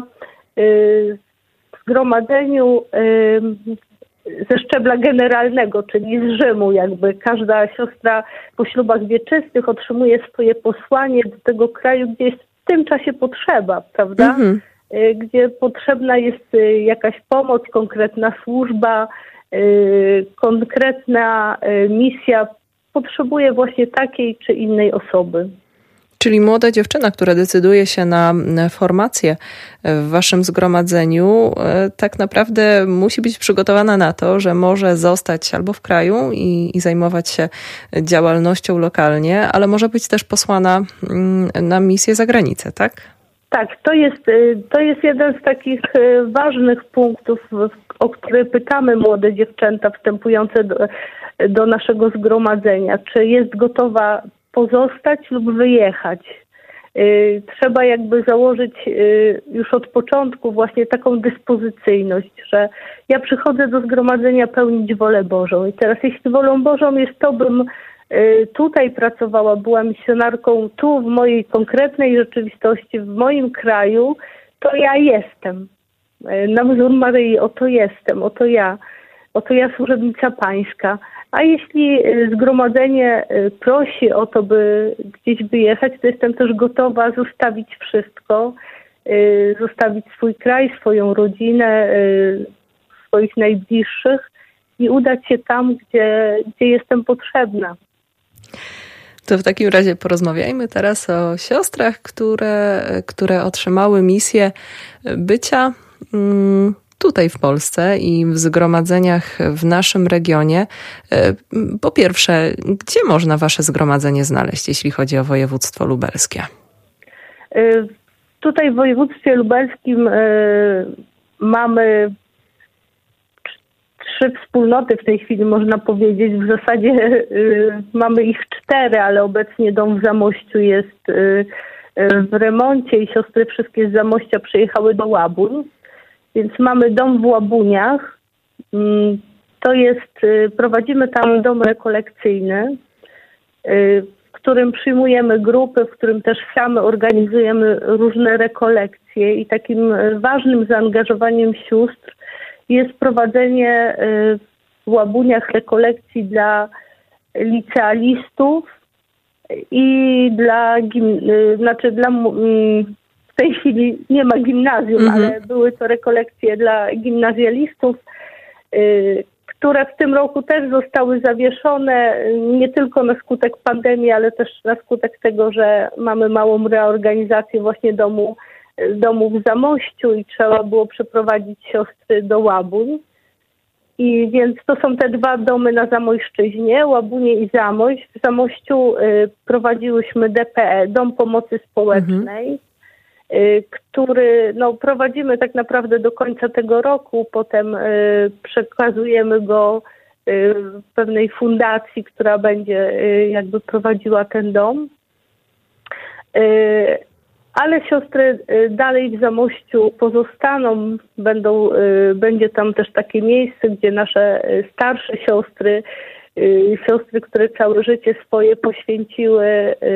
zgromadzeniu ze szczebla generalnego, czyli z Rzymu jakby. Każda siostra po ślubach wieczystych otrzymuje swoje posłanie do tego kraju, gdzie jest w tym czasie potrzeba, prawda? Gdzie potrzebna jest jakaś pomoc, konkretna służba, konkretna misja potrzebuje właśnie takiej czy innej osoby. Czyli młoda dziewczyna, która decyduje się na formację w waszym zgromadzeniu, tak naprawdę musi być przygotowana na to, że może zostać albo w kraju i zajmować się działalnością lokalnie, ale może być też posłana na misję za granicę, tak? Tak, to jest jeden z takich ważnych punktów, o które pytamy młode dziewczęta wstępujące do naszego zgromadzenia. Czy jest gotowa pozostać lub wyjechać? Trzeba jakby założyć już od początku właśnie taką dyspozycyjność, że ja przychodzę do zgromadzenia pełnić wolę Bożą i teraz jeśli wolą Bożą jest to, bym tutaj pracowała, była misjonarką tu w mojej konkretnej rzeczywistości, w moim kraju, to ja jestem. Na wzór Maryi, oto jestem, oto ja służebnica pańska. A jeśli zgromadzenie prosi o to, by gdzieś wyjechać, to jestem też gotowa zostawić wszystko, zostawić swój kraj, swoją rodzinę, swoich najbliższych i udać się tam, gdzie jestem potrzebna. To w takim razie porozmawiajmy teraz o siostrach, które otrzymały misję bycia tutaj w Polsce i w zgromadzeniach w naszym regionie. Po pierwsze, gdzie można wasze zgromadzenie znaleźć, jeśli chodzi o województwo lubelskie? Tutaj w województwie lubelskim mamy 3 wspólnoty w tej chwili, można powiedzieć. W zasadzie mamy ich 4, ale obecnie dom w Zamościu jest w remoncie i siostry wszystkie z Zamościa przyjechały do Łabuń. Więc mamy dom w Łabuniach. Prowadzimy tam dom rekolekcyjny, w którym przyjmujemy grupy, w którym też same organizujemy różne rekolekcje i takim ważnym zaangażowaniem sióstr jest prowadzenie w Łabuniach rekolekcji dla licealistów i w tej chwili nie ma gimnazjum, ale były to rekolekcje dla gimnazjalistów, które w tym roku też zostały zawieszone, nie tylko na skutek pandemii, ale też na skutek tego, że mamy małą reorganizację właśnie domu w Zamościu i trzeba było przeprowadzić siostry do Łabuń. I więc to są te 2 domy na Zamojszczyźnie, Łabunie i Zamość. W Zamościu prowadziłyśmy DPE, Dom Pomocy Społecznej. który prowadzimy tak naprawdę do końca tego roku. Potem przekazujemy go pewnej fundacji, która będzie jakby prowadziła ten dom. Ale siostry dalej w Zamościu pozostaną. Będzie tam też takie miejsce, gdzie nasze starsze siostry, które całe życie swoje poświęciły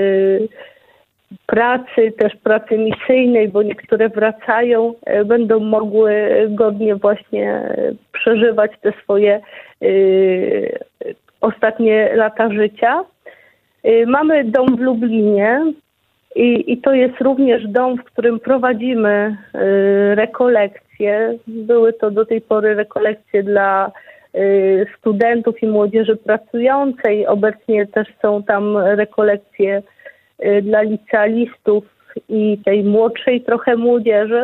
pracy, też pracy misyjnej, bo niektóre wracają, będą mogły godnie właśnie przeżywać te swoje ostatnie lata życia. Mamy dom w Lublinie i to jest również dom, w którym prowadzimy rekolekcje. Były to do tej pory rekolekcje dla studentów i młodzieży pracującej. Obecnie też są tam rekolekcje dla licealistów i tej młodszej trochę młodzieży.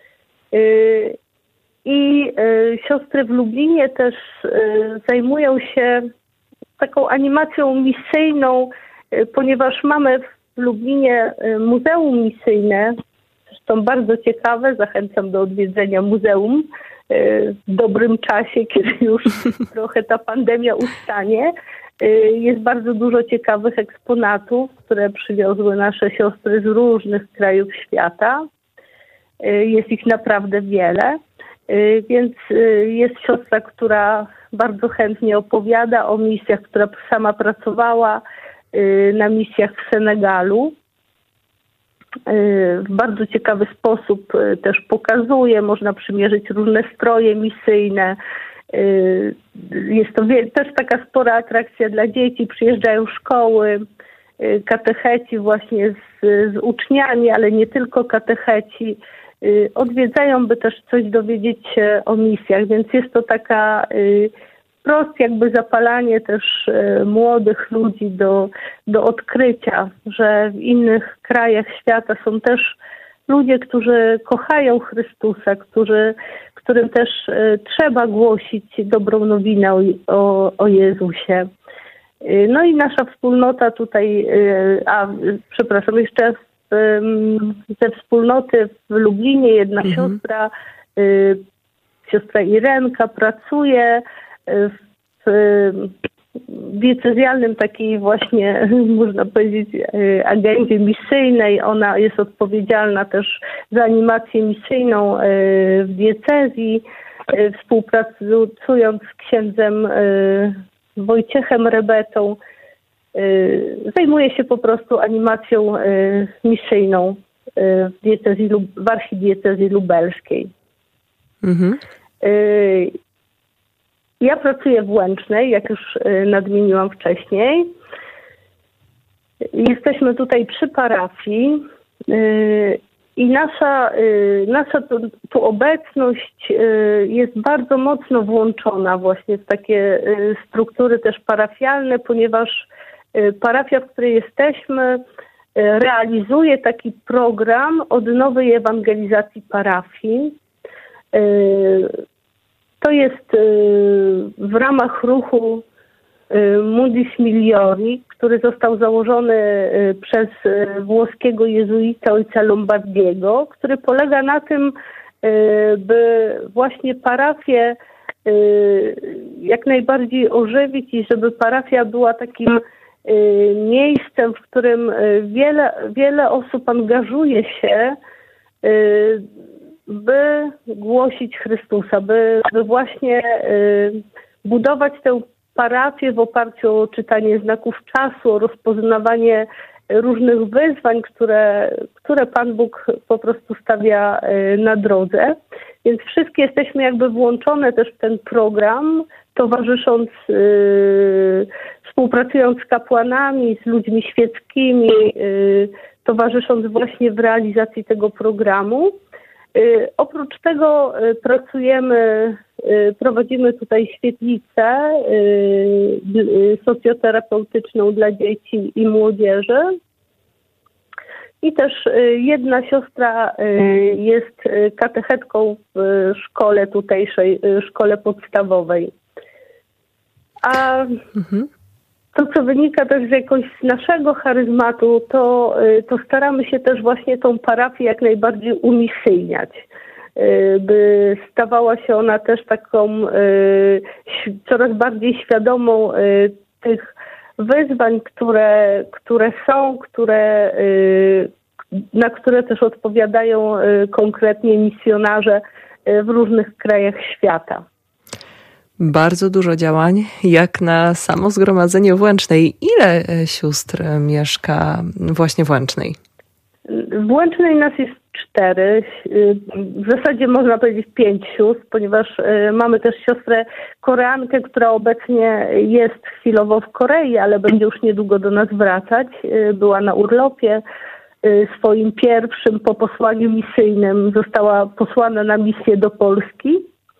I siostry w Lublinie też zajmują się taką animacją misyjną, ponieważ mamy w Lublinie muzeum misyjne, zresztą bardzo ciekawe, zachęcam do odwiedzenia muzeum w dobrym czasie, kiedy już trochę ta pandemia ustanie. Jest bardzo dużo ciekawych eksponatów, które przywiozły nasze siostry z różnych krajów świata. Jest ich naprawdę wiele, więc jest siostra, która bardzo chętnie opowiada o misjach, która sama pracowała na misjach w Senegalu. W bardzo ciekawy sposób też pokazuje, można przymierzyć różne stroje misyjne. Jest to też taka spora atrakcja dla dzieci. Przyjeżdżają szkoły, katecheci właśnie z uczniami, ale nie tylko katecheci. Odwiedzają, by też coś dowiedzieć się o misjach, więc jest to taka wprost jakby zapalanie też młodych ludzi do odkrycia, że w innych krajach świata są też ludzie, którzy kochają Chrystusa, którym też trzeba głosić dobrą nowinę o Jezusie. No i nasza wspólnota tutaj, jeszcze ze wspólnoty w Lublinie jedna siostra, siostra Irenka, pracuje w diecezjalnym takiej właśnie, można powiedzieć, agendzie misyjnej. Ona jest odpowiedzialna też za animację misyjną w diecezji, współpracując z księdzem Wojciechem Rebetą. Zajmuje się po prostu animacją misyjną w archidiecezji lubelskiej. Ja pracuję w Łęcznej, jak już nadmieniłam wcześniej. Jesteśmy tutaj przy parafii i nasza tu obecność jest bardzo mocno włączona właśnie w takie struktury też parafialne, ponieważ parafia, w której jesteśmy, realizuje taki program odnowy ewangelizacji parafii. To jest w ramach ruchu Mundus Miliori, który został założony przez włoskiego jezuita ojca Lombardiego, który polega na tym, by właśnie parafię jak najbardziej ożywić i żeby parafia była takim miejscem, w którym wiele osób angażuje się, by głosić Chrystusa, by właśnie budować tę parafię w oparciu o czytanie znaków czasu, o rozpoznawanie różnych wyzwań, które Pan Bóg po prostu stawia na drodze. Więc wszystkie jesteśmy jakby włączone też w ten program, towarzysząc, współpracując z kapłanami, z ludźmi świeckimi, towarzysząc właśnie w realizacji tego programu. Oprócz tego prowadzimy tutaj świetlicę socjoterapeutyczną dla dzieci i młodzieży. I też jedna siostra jest katechetką w szkole tutejszej, szkole podstawowej. To, co wynika też jakoś z naszego charyzmatu, to staramy się też właśnie tą parafię jak najbardziej umisyjniać, by stawała się ona też taką coraz bardziej świadomą tych wyzwań, które są, na które też odpowiadają konkretnie misjonarze w różnych krajach świata. Bardzo dużo działań, jak na samo Zgromadzenie w Łęcznej. Ile sióstr mieszka właśnie w Łęcznej? W Łęcznej nas jest 4. W zasadzie można powiedzieć 5 sióstr, ponieważ mamy też siostrę Koreankę, która obecnie jest chwilowo w Korei, ale będzie już niedługo do nas wracać. Była na urlopie swoim pierwszym po posłaniu misyjnym. Została posłana na misję do Polski.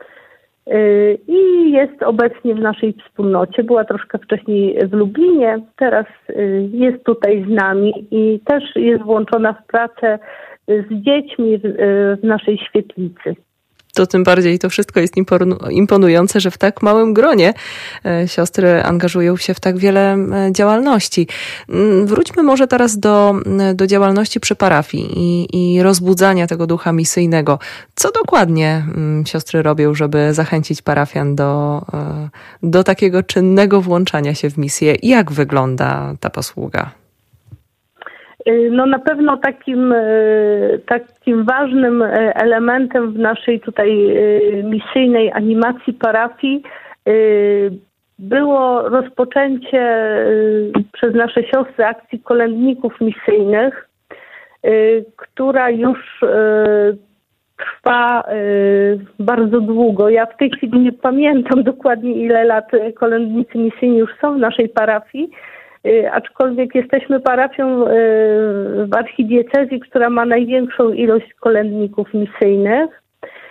I jest obecnie w naszej wspólnocie. Była troszkę wcześniej w Lublinie, teraz jest tutaj z nami i też jest włączona w pracę z dziećmi w naszej świetlicy. To tym bardziej to wszystko jest imponujące, że w tak małym gronie siostry angażują się w tak wiele działalności. Wróćmy może teraz do działalności przy parafii i rozbudzania tego ducha misyjnego. Co dokładnie siostry robią, żeby zachęcić parafian do takiego czynnego włączania się w misję? Jak wygląda ta posługa? No na pewno takim ważnym elementem w naszej tutaj misyjnej animacji parafii było rozpoczęcie przez nasze siostry akcji kolędników misyjnych, która już trwa bardzo długo. Ja w tej chwili nie pamiętam dokładnie, ile lat kolędnicy misyjni już są w naszej parafii, aczkolwiek jesteśmy parafią w archidiecezji, która ma największą ilość kolędników misyjnych.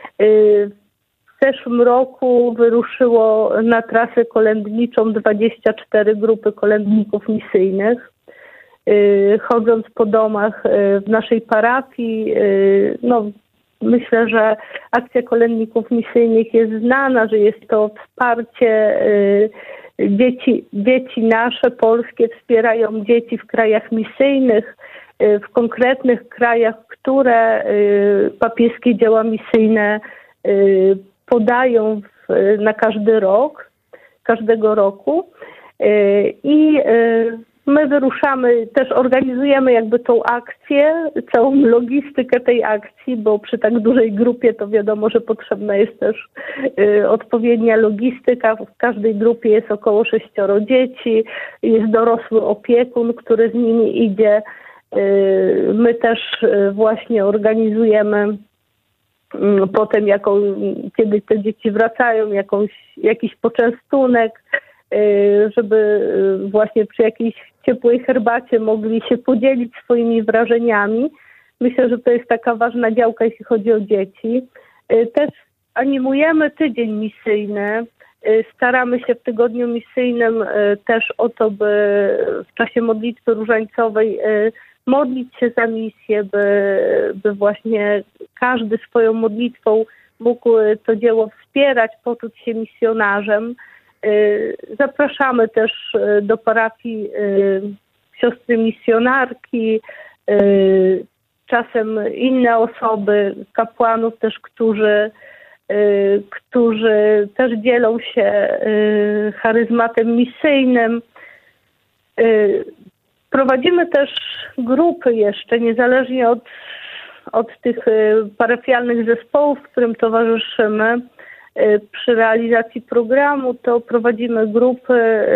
W zeszłym roku wyruszyło na trasę kolędniczą 24 grupy kolędników misyjnych. Chodząc po domach w naszej parafii, myślę, że akcja kolędników misyjnych jest znana, że jest to wsparcie dzieci nasze, polskie, wspierają dzieci w krajach misyjnych, w konkretnych krajach, które papieskie dzieła misyjne podają na każdego roku. I my wyruszamy, też organizujemy jakby tą akcję, całą logistykę tej akcji, bo przy tak dużej grupie to wiadomo, że potrzebna jest też odpowiednia logistyka. W każdej grupie jest około 6 dzieci, jest dorosły opiekun, który z nimi idzie. My też właśnie organizujemy potem, kiedy te dzieci wracają, jakiś poczęstunek, żeby właśnie przy jakiejś ciepłej herbacie mogli się podzielić swoimi wrażeniami. Myślę, że to jest taka ważna działka, jeśli chodzi o dzieci. Też animujemy tydzień misyjny. Staramy się w tygodniu misyjnym też o to, by w czasie modlitwy różańcowej modlić się za misję, by właśnie każdy swoją modlitwą mógł to dzieło wspierać, poczuć się misjonarzem. Zapraszamy też do parafii siostry misjonarki, czasem inne osoby, kapłanów też, którzy też dzielą się charyzmatem misyjnym. Prowadzimy też grupy jeszcze, niezależnie od tych parafialnych zespołów, którym towarzyszymy. Przy realizacji programu to prowadzimy grupy,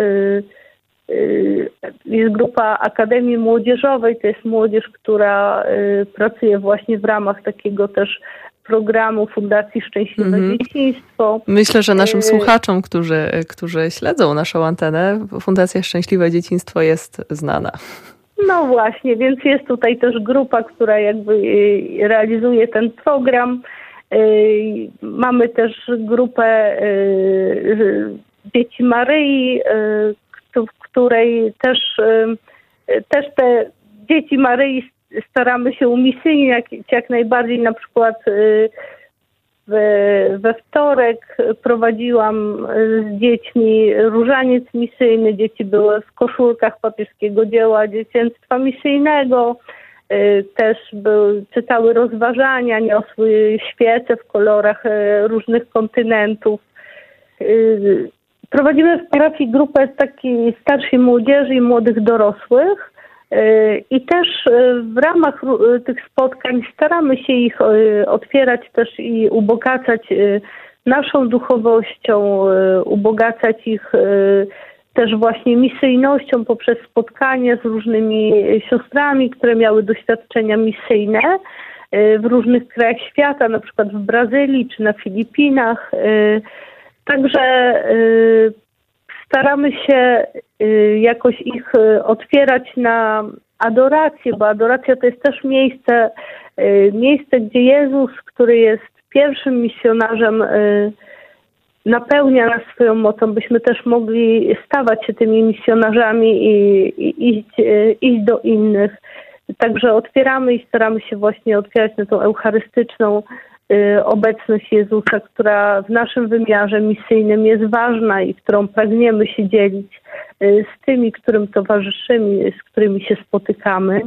jest grupa Akademii Młodzieżowej, to jest młodzież, która pracuje właśnie w ramach takiego też programu Fundacji Szczęśliwe Dzieciństwo. Myślę, że naszym słuchaczom, którzy śledzą naszą antenę, Fundacja Szczęśliwe Dzieciństwo jest znana. No właśnie, więc jest tutaj też grupa, która jakby realizuje ten program. Mamy też grupę Dzieci Maryi, w której też te Dzieci Maryi staramy się umisyjniać jak najbardziej. Na przykład We wtorek prowadziłam z dziećmi różaniec misyjny. Dzieci były w koszulkach papieskiego dzieła dziecięctwa misyjnego. Też czytały rozważania, niosły świece w kolorach różnych kontynentów. Prowadzimy w parafii grupę takiej starszej młodzieży i młodych dorosłych. I też w ramach tych spotkań staramy się ich otwierać też i ubogacać naszą duchowością, ubogacać ich też właśnie misyjnością poprzez spotkania z różnymi siostrami, które miały doświadczenia misyjne w różnych krajach świata, na przykład w Brazylii czy na Filipinach. Także staramy się jakoś ich otwierać na adorację, bo adoracja to jest też miejsce, gdzie Jezus, który jest pierwszym misjonarzem, napełnia nas swoją mocą, byśmy też mogli stawać się tymi misjonarzami i iść do innych. Także otwieramy i staramy się właśnie otwierać na tą eucharystyczną obecność Jezusa, która w naszym wymiarze misyjnym jest ważna i którą pragniemy się dzielić z tymi, którym towarzyszymy, z którymi się spotykamy.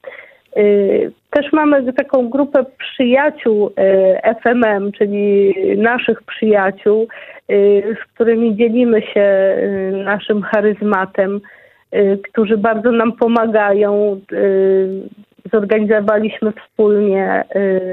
Też mamy taką grupę przyjaciół FMM, czyli naszych przyjaciół, z którymi dzielimy się naszym charyzmatem, którzy bardzo nam pomagają. Zorganizowaliśmy wspólnie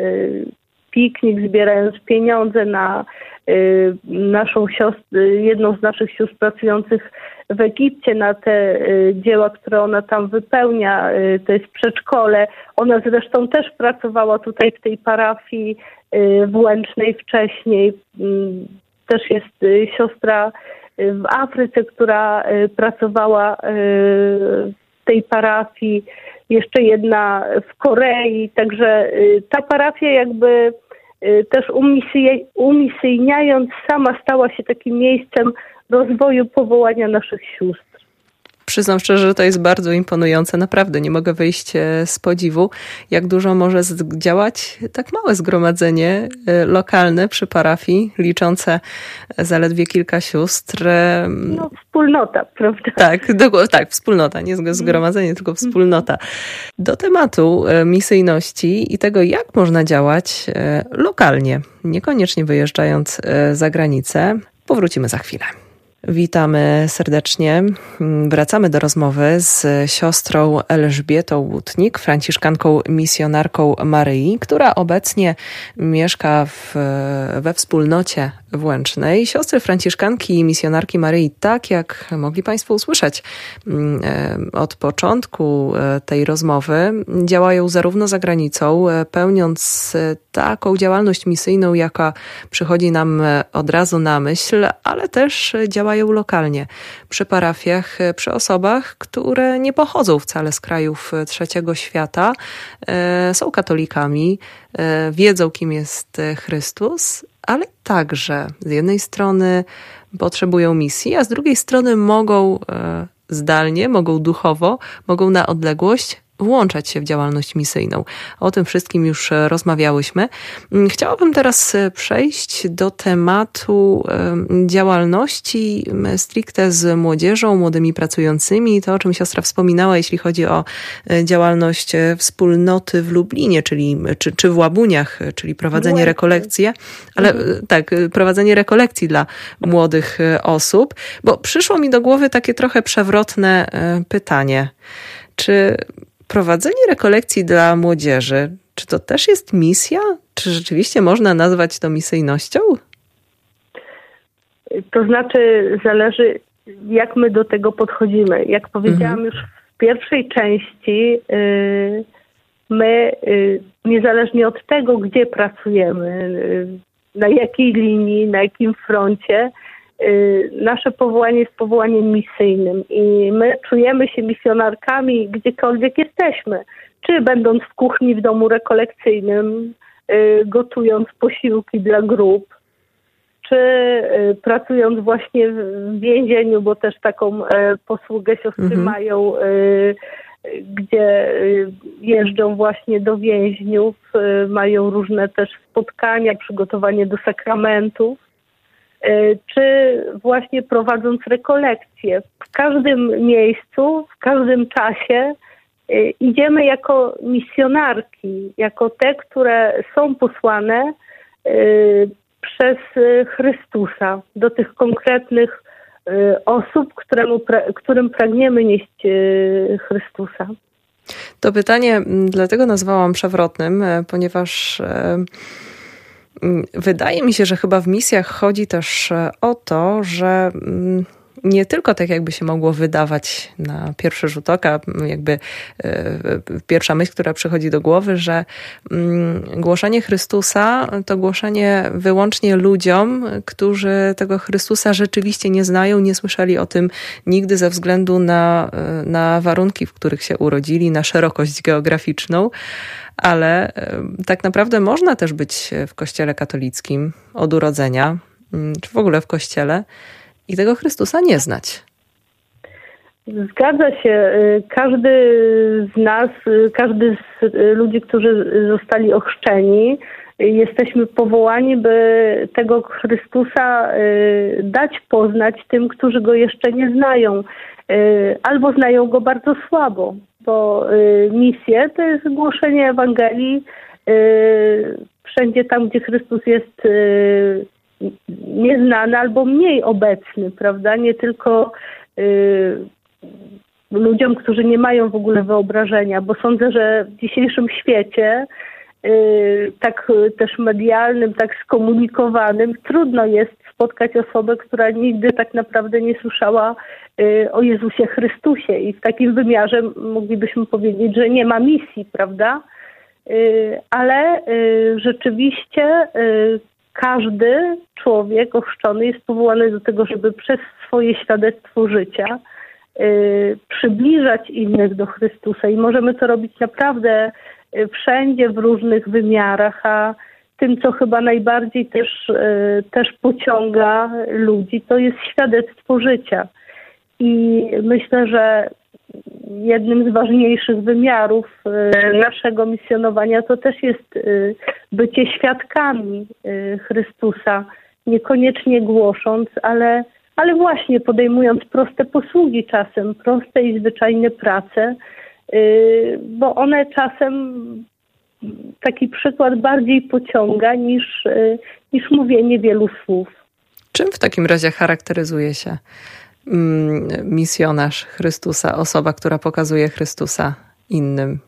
piknik, zbierając pieniądze na naszą siostrę, jedną z naszych sióstr pracujących w Egipcie, na te dzieła, które ona tam wypełnia. To jest przedszkole. Ona zresztą też pracowała tutaj w tej parafii w Łęcznej wcześniej. Też jest siostra w Afryce, która pracowała w tej parafii. Jeszcze jedna w Korei. Także ta parafia jakby też umisyjniając sama stała się takim miejscem rozwoju powołania naszych sióstr. Przyznam szczerze, że to jest bardzo imponujące. Naprawdę nie mogę wyjść z podziwu, jak dużo może działać tak małe zgromadzenie lokalne przy parafii, liczące zaledwie kilka sióstr. No, wspólnota, prawda? Tak, wspólnota, nie zgromadzenie, tylko wspólnota. Do tematu misyjności i tego, jak można działać lokalnie, niekoniecznie wyjeżdżając za granicę, powrócimy za chwilę. Witamy serdecznie. Wracamy do rozmowy z siostrą Elżbietą Łutnik, franciszkanką misjonarką Maryi, która obecnie mieszka we wspólnocie w Łęcznej. Siostry franciszkanki i misjonarki Maryi, tak jak mogli Państwo usłyszeć od początku tej rozmowy, działają zarówno za granicą, pełniąc taką działalność misyjną, jaka przychodzi nam od razu na myśl, ale też działają lokalnie przy parafiach, przy osobach, które nie pochodzą wcale z krajów trzeciego świata, są katolikami, wiedzą, kim jest Chrystus, ale także z jednej strony potrzebują misji, a z drugiej strony mogą zdalnie, mogą duchowo, mogą na odległość włączać się w działalność misyjną. O tym wszystkim już rozmawiałyśmy. Chciałabym teraz przejść do tematu działalności stricte z młodzieżą, młodymi pracującymi. To, o czym siostra wspominała, jeśli chodzi o działalność wspólnoty w Lublinie, czy w Łabuniach, czyli prowadzenie rekolekcji, ale tak, prowadzenie rekolekcji dla młodych osób, bo przyszło mi do głowy takie trochę przewrotne pytanie. Czy prowadzenie rekolekcji dla młodzieży, czy to też jest misja? Czy rzeczywiście można nazwać to misyjnością? To znaczy zależy, jak my do tego podchodzimy. Jak powiedziałam już w pierwszej części, my niezależnie od tego, gdzie pracujemy, na jakiej linii, na jakim froncie, nasze powołanie jest powołaniem misyjnym i my czujemy się misjonarkami gdziekolwiek jesteśmy. Czy będąc w kuchni w domu rekolekcyjnym, gotując posiłki dla grup, czy pracując właśnie w więzieniu, bo też taką posługę siostry mają, gdzie jeżdżą właśnie do więźniów, mają różne też spotkania, przygotowanie do sakramentów, czy właśnie prowadząc rekolekcje. W każdym miejscu, w każdym czasie idziemy jako misjonarki, jako te, które są posłane przez Chrystusa do tych konkretnych osób, którym pragniemy nieść Chrystusa. To pytanie dlatego nazwałam przewrotnym, ponieważ wydaje mi się, że chyba w misjach chodzi też o to, że nie tylko tak jakby się mogło wydawać na pierwszy rzut oka, jakby pierwsza myśl, która przychodzi do głowy, że głoszenie Chrystusa to głoszenie wyłącznie ludziom, którzy tego Chrystusa rzeczywiście nie znają, nie słyszeli o tym nigdy ze względu na warunki, w których się urodzili, na szerokość geograficzną. Ale tak naprawdę można też być w Kościele katolickim od urodzenia, czy w ogóle w Kościele, i tego Chrystusa nie znać. Zgadza się. Każdy z nas, każdy z ludzi, którzy zostali ochrzczeni, jesteśmy powołani, by tego Chrystusa dać poznać tym, którzy Go jeszcze nie znają, albo znają Go bardzo słabo, bo misje to jest głoszenie Ewangelii wszędzie tam, gdzie Chrystus jest nieznany albo mniej obecny, prawda? Nie tylko ludziom, którzy nie mają w ogóle wyobrażenia, bo sądzę, że w dzisiejszym świecie tak też medialnym, tak skomunikowanym, trudno jest spotkać osobę, która nigdy tak naprawdę nie słyszała o Jezusie Chrystusie i w takim wymiarze moglibyśmy powiedzieć, że nie ma misji, prawda? Ale rzeczywiście każdy człowiek ochrzczony jest powołany do tego, żeby przez swoje świadectwo życia przybliżać innych do Chrystusa i możemy to robić naprawdę wszędzie, w różnych wymiarach, a tym, co chyba najbardziej też pociąga ludzi, to jest świadectwo życia. I myślę, że jednym z ważniejszych wymiarów naszego misjonowania to też jest bycie świadkami Chrystusa, niekoniecznie głosząc, ale właśnie podejmując proste posługi czasem, proste i zwyczajne prace, bo one czasem taki przykład bardziej pociąga niż mówienie wielu słów. Czym w takim razie charakteryzuje się misjonarz Chrystusa, osoba, która pokazuje Chrystusa innym?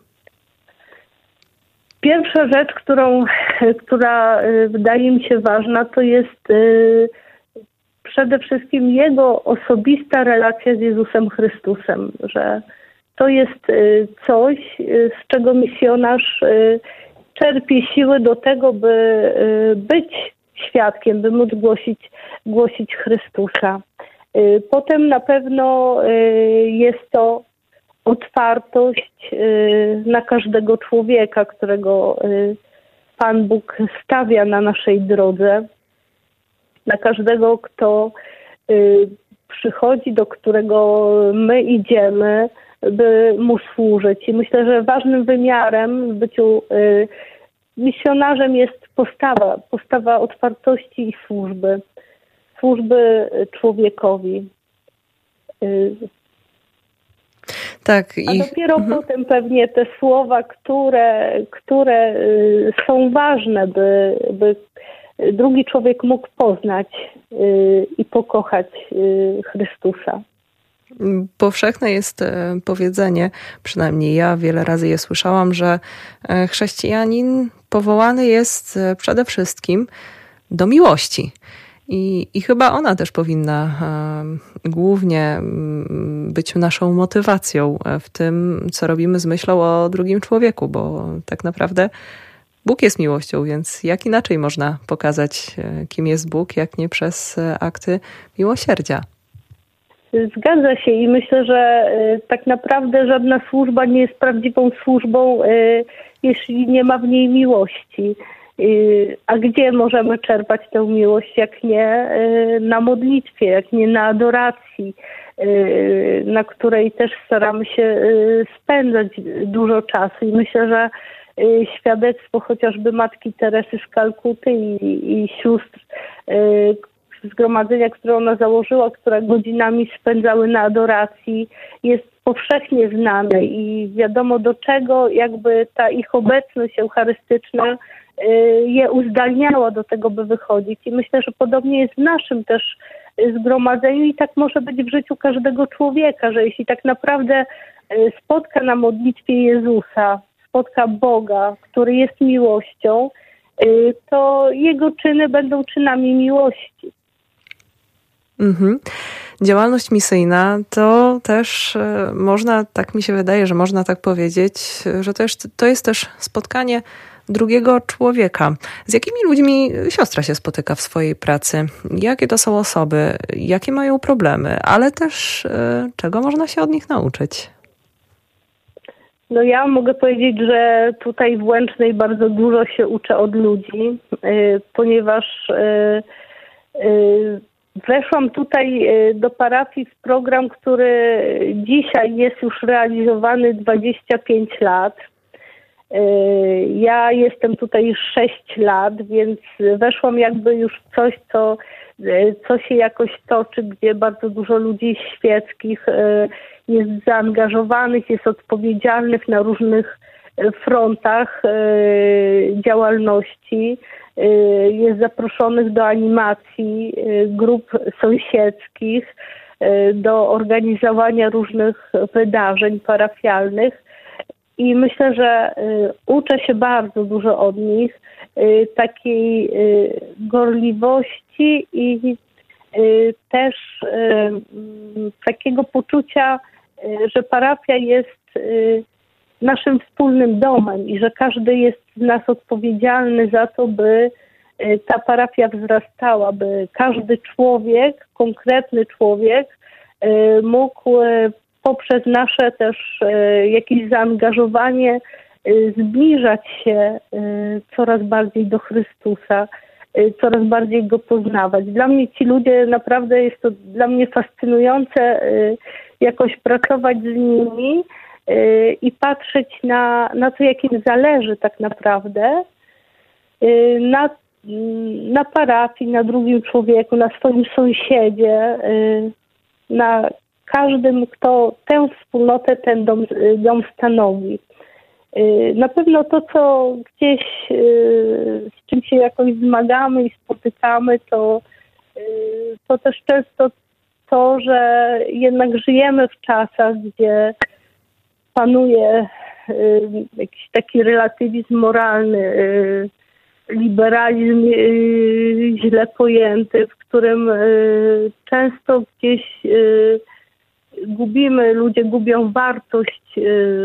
Pierwsza rzecz, która wydaje mi się ważna, to jest przede wszystkim jego osobista relacja z Jezusem Chrystusem, że to jest coś, z czego misjonarz czerpie siły do tego, by być świadkiem, by móc głosić Chrystusa. Potem na pewno jest to otwartość na każdego człowieka, którego Pan Bóg stawia na naszej drodze, na każdego, kto przychodzi, do którego my idziemy, by mu służyć. I myślę, że ważnym wymiarem w byciu misjonarzem jest postawa otwartości i służby człowiekowi. Tak. A dopiero potem pewnie te słowa, które są ważne, by drugi człowiek mógł poznać i pokochać Chrystusa. Powszechne jest powiedzenie, przynajmniej ja wiele razy je słyszałam, że chrześcijanin powołany jest przede wszystkim do miłości. I chyba ona też powinna głównie być naszą motywacją w tym, co robimy z myślą o drugim człowieku, bo tak naprawdę Bóg jest miłością, więc jak inaczej można pokazać, kim jest Bóg, jak nie przez akty miłosierdzia. Zgadza się i myślę, że tak naprawdę żadna służba nie jest prawdziwą służbą, jeśli nie ma w niej miłości. A gdzie możemy czerpać tę miłość, jak nie na modlitwie, jak nie na adoracji, na której też staramy się spędzać dużo czasu. I myślę, że świadectwo chociażby Matki Teresy z Kalkuty i sióstr zgromadzenia, które ona założyła, które godzinami spędzały na adoracji, jest powszechnie znane i wiadomo, do czego jakby ta ich obecność eucharystyczna je uzdalniała do tego, by wychodzić. I myślę, że podobnie jest w naszym też zgromadzeniu i tak może być w życiu każdego człowieka, że jeśli tak naprawdę spotka na modlitwie Jezusa, spotka Boga, który jest miłością, to Jego czyny będą czynami miłości. Mhm. Działalność misyjna to też można, tak mi się wydaje, że można tak powiedzieć, że to jest też spotkanie drugiego człowieka. Z jakimi ludźmi siostra się spotyka w swojej pracy? Jakie to są osoby? Jakie mają problemy? Ale też czego można się od nich nauczyć? No ja mogę powiedzieć, że tutaj w Łęcznej bardzo dużo się uczę od ludzi, ponieważ weszłam tutaj do parafii w program, który dzisiaj jest już realizowany 25 lat. Ja jestem tutaj już 6 lat, więc weszłam jakby już w coś, co się jakoś toczy, gdzie bardzo dużo ludzi świeckich jest zaangażowanych, jest odpowiedzialnych na różnych frontach działalności, jest zaproszonych do animacji grup sąsiedzkich, do organizowania różnych wydarzeń parafialnych. I myślę, że uczę się bardzo dużo od nich, takiej gorliwości i też takiego poczucia, że parafia jest naszym wspólnym domem i że każdy jest z nas odpowiedzialny za to, by ta parafia wzrastała, by każdy człowiek, konkretny człowiek mógł poprzez nasze też jakieś zaangażowanie zbliżać się coraz bardziej do Chrystusa, coraz bardziej Go poznawać. Dla mnie ci ludzie, naprawdę jest to dla mnie fascynujące jakoś pracować z nimi i patrzeć na to, jak im zależy tak naprawdę na parafii, na drugim człowieku, na swoim sąsiedzie, na każdym, kto tę wspólnotę, ten dom stanowi. Na pewno to, co gdzieś, z czym się jakoś zmagamy i spotykamy, to też często to, że jednak żyjemy w czasach, gdzie panuje jakiś taki relatywizm moralny, liberalizm źle pojęty, w którym często gdzieś ludzie gubią wartość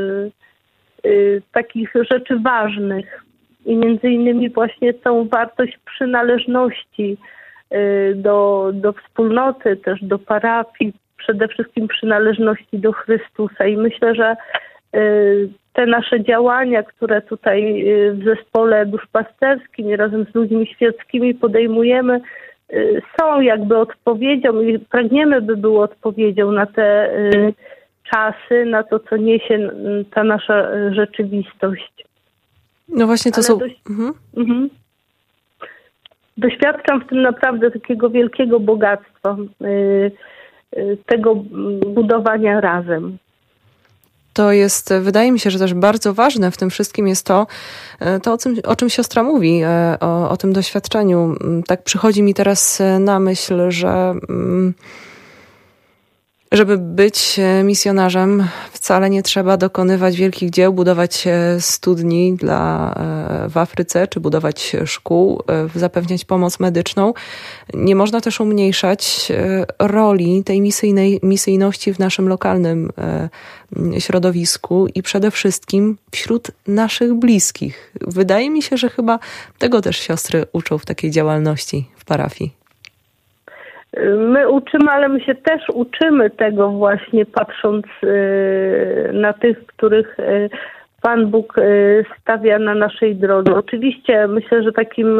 takich rzeczy ważnych i między innymi właśnie tą wartość przynależności do wspólnoty, też do parafii, przede wszystkim przynależności do Chrystusa. I myślę, że te nasze działania, które tutaj w zespole duszpasterskim i razem z ludźmi świeckimi podejmujemy, są jakby odpowiedzią i pragniemy, by było odpowiedzią na te czasy, na to, co niesie ta nasza rzeczywistość. No właśnie to są... Doświadczam w tym naprawdę takiego wielkiego bogactwa, tego budowania razem. To jest, wydaje mi się, że też bardzo ważne w tym wszystkim jest to o czym siostra mówi, o tym doświadczeniu. Tak przychodzi mi teraz na myśl, że żeby być misjonarzem, wcale nie trzeba dokonywać wielkich dzieł, budować studni w Afryce, czy budować szkół, zapewniać pomoc medyczną. Nie można też umniejszać roli tej misyjności w naszym lokalnym środowisku i przede wszystkim wśród naszych bliskich. Wydaje mi się, że chyba tego też siostry uczą w takiej działalności w parafii. My uczymy, ale my się też uczymy tego właśnie, patrząc na tych, których Pan Bóg stawia na naszej drodze. Oczywiście myślę, że takim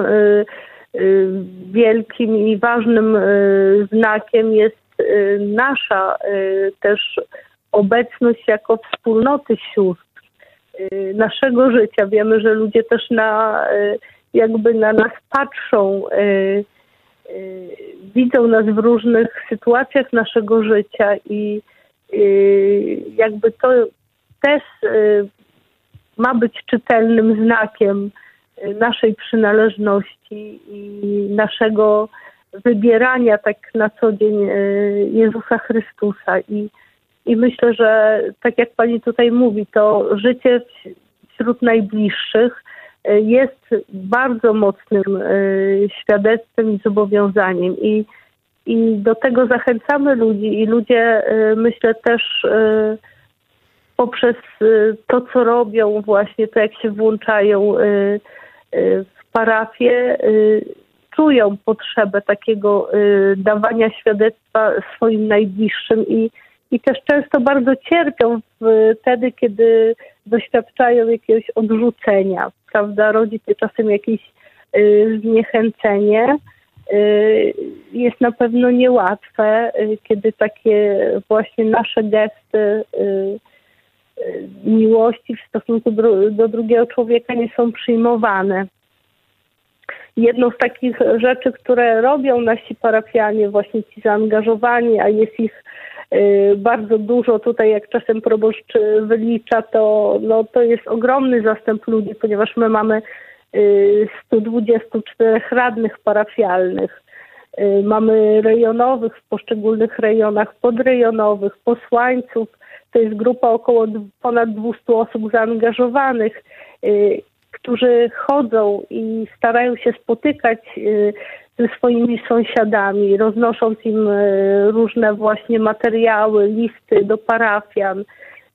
wielkim i ważnym znakiem jest nasza też obecność jako wspólnoty sióstr, naszego życia. Wiemy, że ludzie też jakby na nas patrzą, widzą nas w różnych sytuacjach naszego życia i jakby to też ma być czytelnym znakiem naszej przynależności i naszego wybierania tak na co dzień Jezusa Chrystusa. I myślę, że tak jak Pani tutaj mówi, to życie wśród najbliższych jest bardzo mocnym świadectwem i zobowiązaniem. I do tego zachęcamy ludzi i ludzie, myślę, też poprzez to, co robią właśnie, to jak się włączają w parafię, czują potrzebę takiego dawania świadectwa swoim najbliższym i też często bardzo cierpią wtedy, kiedy doświadczają jakiegoś odrzucenia, prawda? Rodzi się czasem jakieś zniechęcenie. Jest na pewno niełatwe, kiedy takie właśnie nasze gesty miłości w stosunku do drugiego człowieka nie są przyjmowane. Jedną z takich rzeczy, które robią nasi parafianie, właśnie ci zaangażowani, a jest ich bardzo dużo tutaj, jak czasem proboszcz wylicza, to jest ogromny zastęp ludzi, ponieważ my mamy 124 radnych parafialnych. Mamy rejonowych w poszczególnych rejonach, podrejonowych, posłańców. To jest grupa około ponad 200 osób zaangażowanych, którzy chodzą i starają się spotykać ze swoimi sąsiadami, roznosząc im różne właśnie materiały, listy do parafian,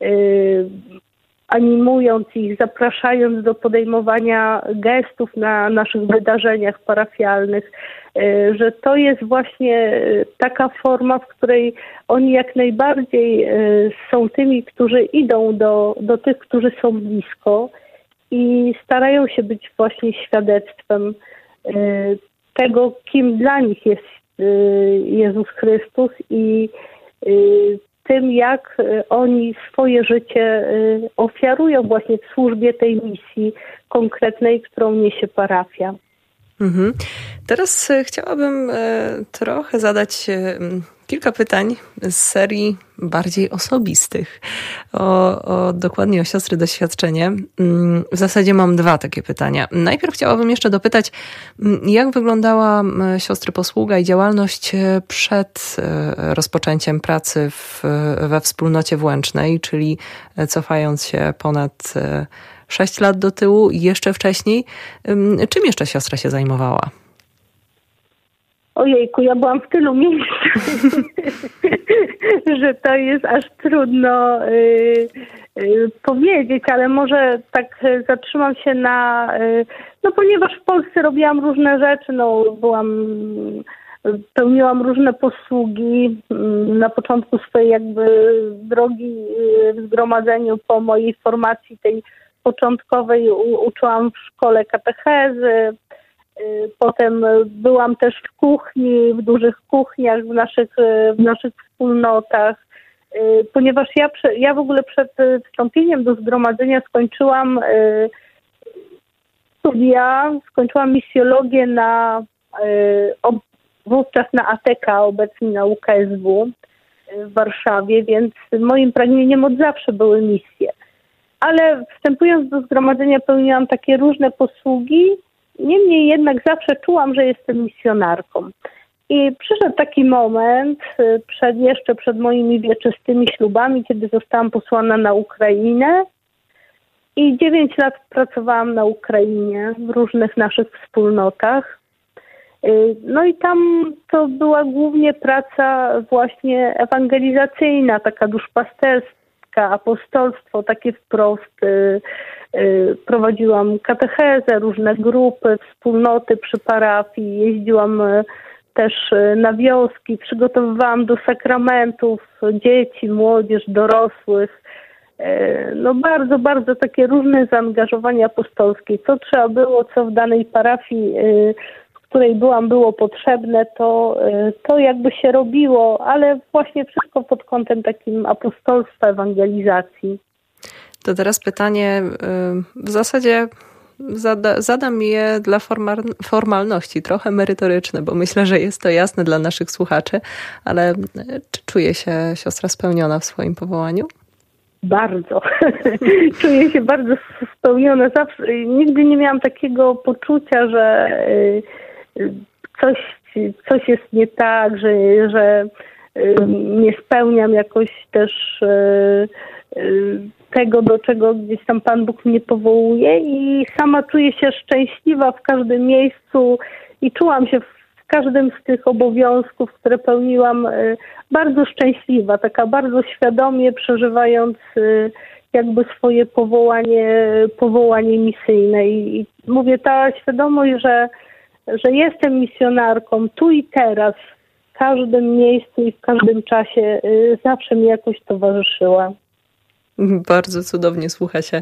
animując ich, zapraszając do podejmowania gestów na naszych wydarzeniach parafialnych, że to jest właśnie taka forma, w której oni jak najbardziej są tymi, którzy idą do tych, którzy są blisko i starają się być właśnie świadectwem tego, kim dla nich jest Jezus Chrystus i tym, jak oni swoje życie ofiarują właśnie w służbie tej misji konkretnej, którą niesie parafia. Mhm. Teraz chciałabym trochę zadać kilka pytań z serii bardziej osobistych, dokładnie o siostry doświadczenie. W zasadzie mam dwa takie pytania. Najpierw chciałabym jeszcze dopytać, jak wyglądała siostry posługa i działalność przed rozpoczęciem pracy we wspólnocie włęcznej, czyli cofając się ponad 6 lat do tyłu i jeszcze wcześniej. Czym jeszcze siostra się zajmowała? Ojejku, ja byłam w tylu miejscach, że to jest aż trudno powiedzieć, ale może tak zatrzymam się ponieważ w Polsce robiłam różne rzeczy, pełniłam różne posługi. Na początku swojej jakby drogi w zgromadzeniu po mojej formacji tej początkowej uczyłam w szkole katechezy. Potem byłam też w kuchni, w dużych kuchniach, w naszych wspólnotach, ponieważ ja w ogóle przed wstąpieniem do zgromadzenia skończyłam studia, skończyłam misjologię wówczas na ATK, obecnie na UKSW w Warszawie, więc moim pragnieniem od zawsze były misje. Ale wstępując do zgromadzenia pełniłam takie różne posługi, niemniej jednak zawsze czułam, że jestem misjonarką. I przyszedł taki moment, jeszcze przed moimi wieczystymi ślubami, kiedy zostałam posłana na Ukrainę i 9 lat pracowałam na Ukrainie w różnych naszych wspólnotach. No i tam to była głównie praca właśnie ewangelizacyjna, taka duszpasterska, apostolstwo, takie wprost. Prowadziłam katechezę, różne grupy, wspólnoty przy parafii, jeździłam też na wioski, przygotowywałam do sakramentów dzieci, młodzież, dorosłych. no bardzo, bardzo takie różne zaangażowanie apostolskie. Co trzeba było, co w danej parafii, w której byłam, było potrzebne, to jakby się robiło, ale właśnie wszystko pod kątem takim apostolstwa, ewangelizacji. To teraz pytanie, w zasadzie zadam je dla formalności, trochę merytoryczne, bo myślę, że jest to jasne dla naszych słuchaczy, ale czy czuje się siostra spełniona w swoim powołaniu? Bardzo. Czuję się bardzo spełniona. Zawsze, nigdy nie miałam takiego poczucia, że coś jest nie tak, że nie spełniam jakoś też tego, do czego gdzieś tam Pan Bóg mnie powołuje i sama czuję się szczęśliwa w każdym miejscu i czułam się w każdym z tych obowiązków, które pełniłam, bardzo szczęśliwa, taka bardzo świadomie przeżywając jakby swoje powołanie misyjne. I mówię, ta świadomość, że jestem misjonarką tu i teraz, w każdym miejscu i w każdym czasie zawsze mi jakoś towarzyszyła. Bardzo cudownie słucha się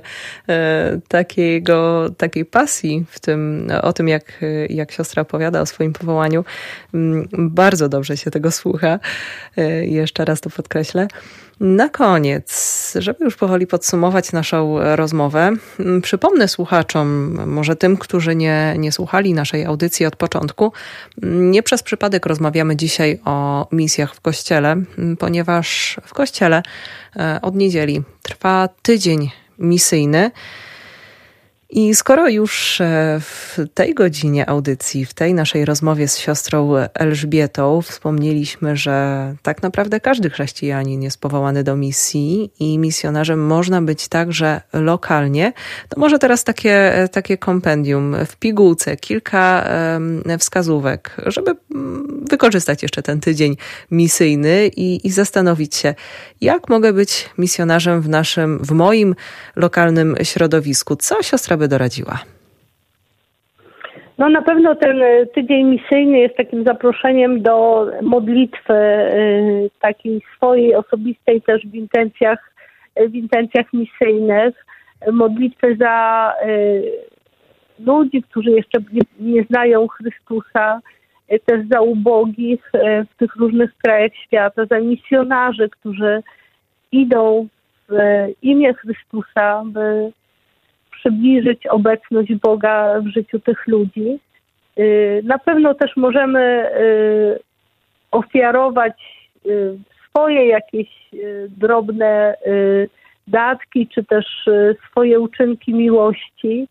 takiej pasji w tym, o tym, jak siostra opowiada o swoim powołaniu. Bardzo dobrze się tego słucha. Jeszcze raz to podkreślę. Na koniec, żeby już powoli podsumować naszą rozmowę, przypomnę słuchaczom, może tym, którzy nie słuchali naszej audycji od początku, nie przez przypadek rozmawiamy dzisiaj o misjach w Kościele, ponieważ w Kościele od niedzieli trwa tydzień misyjny. I skoro już w tej godzinie audycji, w tej naszej rozmowie z siostrą Elżbietą wspomnieliśmy, że tak naprawdę każdy chrześcijanin jest powołany do misji i misjonarzem można być także lokalnie, to może teraz takie kompendium w pigułce, kilka wskazówek, żeby wykorzystać jeszcze ten tydzień misyjny i zastanowić się, jak mogę być misjonarzem w moim lokalnym środowisku. Co siostra by doradziła? No na pewno ten tydzień misyjny jest takim zaproszeniem do modlitwy takiej swojej, osobistej też w intencjach misyjnych. Modlitwy za ludzi, którzy jeszcze nie znają Chrystusa, też za ubogich w tych różnych krajach świata, za misjonarzy, którzy idą w imię Chrystusa, by przybliżyć obecność Boga w życiu tych ludzi. Na pewno też możemy ofiarować swoje jakieś drobne datki, czy też swoje uczynki miłości.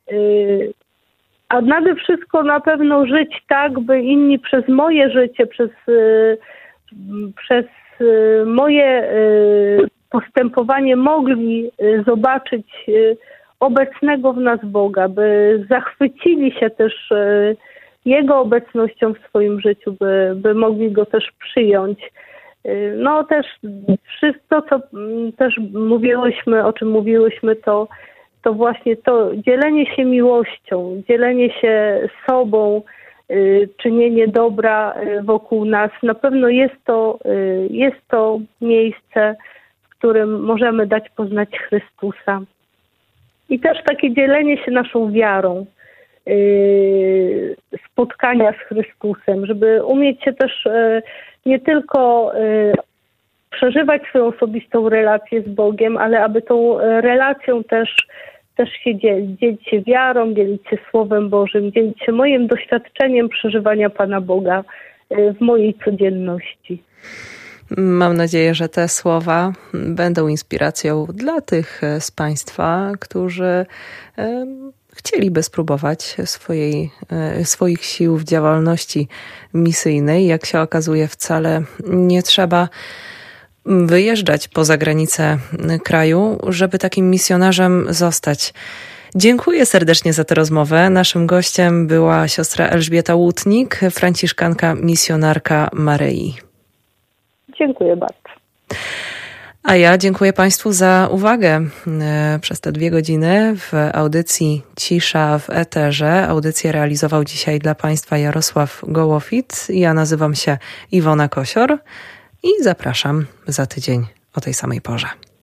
A nade wszystko na pewno żyć tak, by inni przez moje życie, przez moje postępowanie mogli zobaczyć obecnego w nas Boga, by zachwycili się też Jego obecnością w swoim życiu, by mogli Go też przyjąć. No też wszystko, co też mówiłyśmy, o czym mówiłyśmy, to właśnie to dzielenie się miłością, dzielenie się sobą, czynienie dobra wokół nas. Na pewno jest to miejsce, w którym możemy dać poznać Chrystusa. I też takie dzielenie się naszą wiarą, spotkania z Chrystusem, żeby umieć się też nie tylko przeżywać swoją osobistą relację z Bogiem, ale aby tą relacją też się dzielić się wiarą, dzielić się Słowem Bożym, dzielić się moim doświadczeniem przeżywania Pana Boga w mojej codzienności. Mam nadzieję, że te słowa będą inspiracją dla tych z Państwa, którzy chcieliby spróbować swoich sił w działalności misyjnej. Jak się okazuje, wcale nie trzeba wyjeżdżać poza granice kraju, żeby takim misjonarzem zostać. Dziękuję serdecznie za tę rozmowę. Naszym gościem była siostra Elżbieta Łutnik, franciszkanka, misjonarka Maryi. Dziękuję bardzo. A ja dziękuję Państwu za uwagę przez te 2 godziny w audycji Cisza w Eterze. Audycję realizował dzisiaj dla Państwa Jarosław Gołofit. Ja nazywam się Iwona Kosior i zapraszam za tydzień o tej samej porze.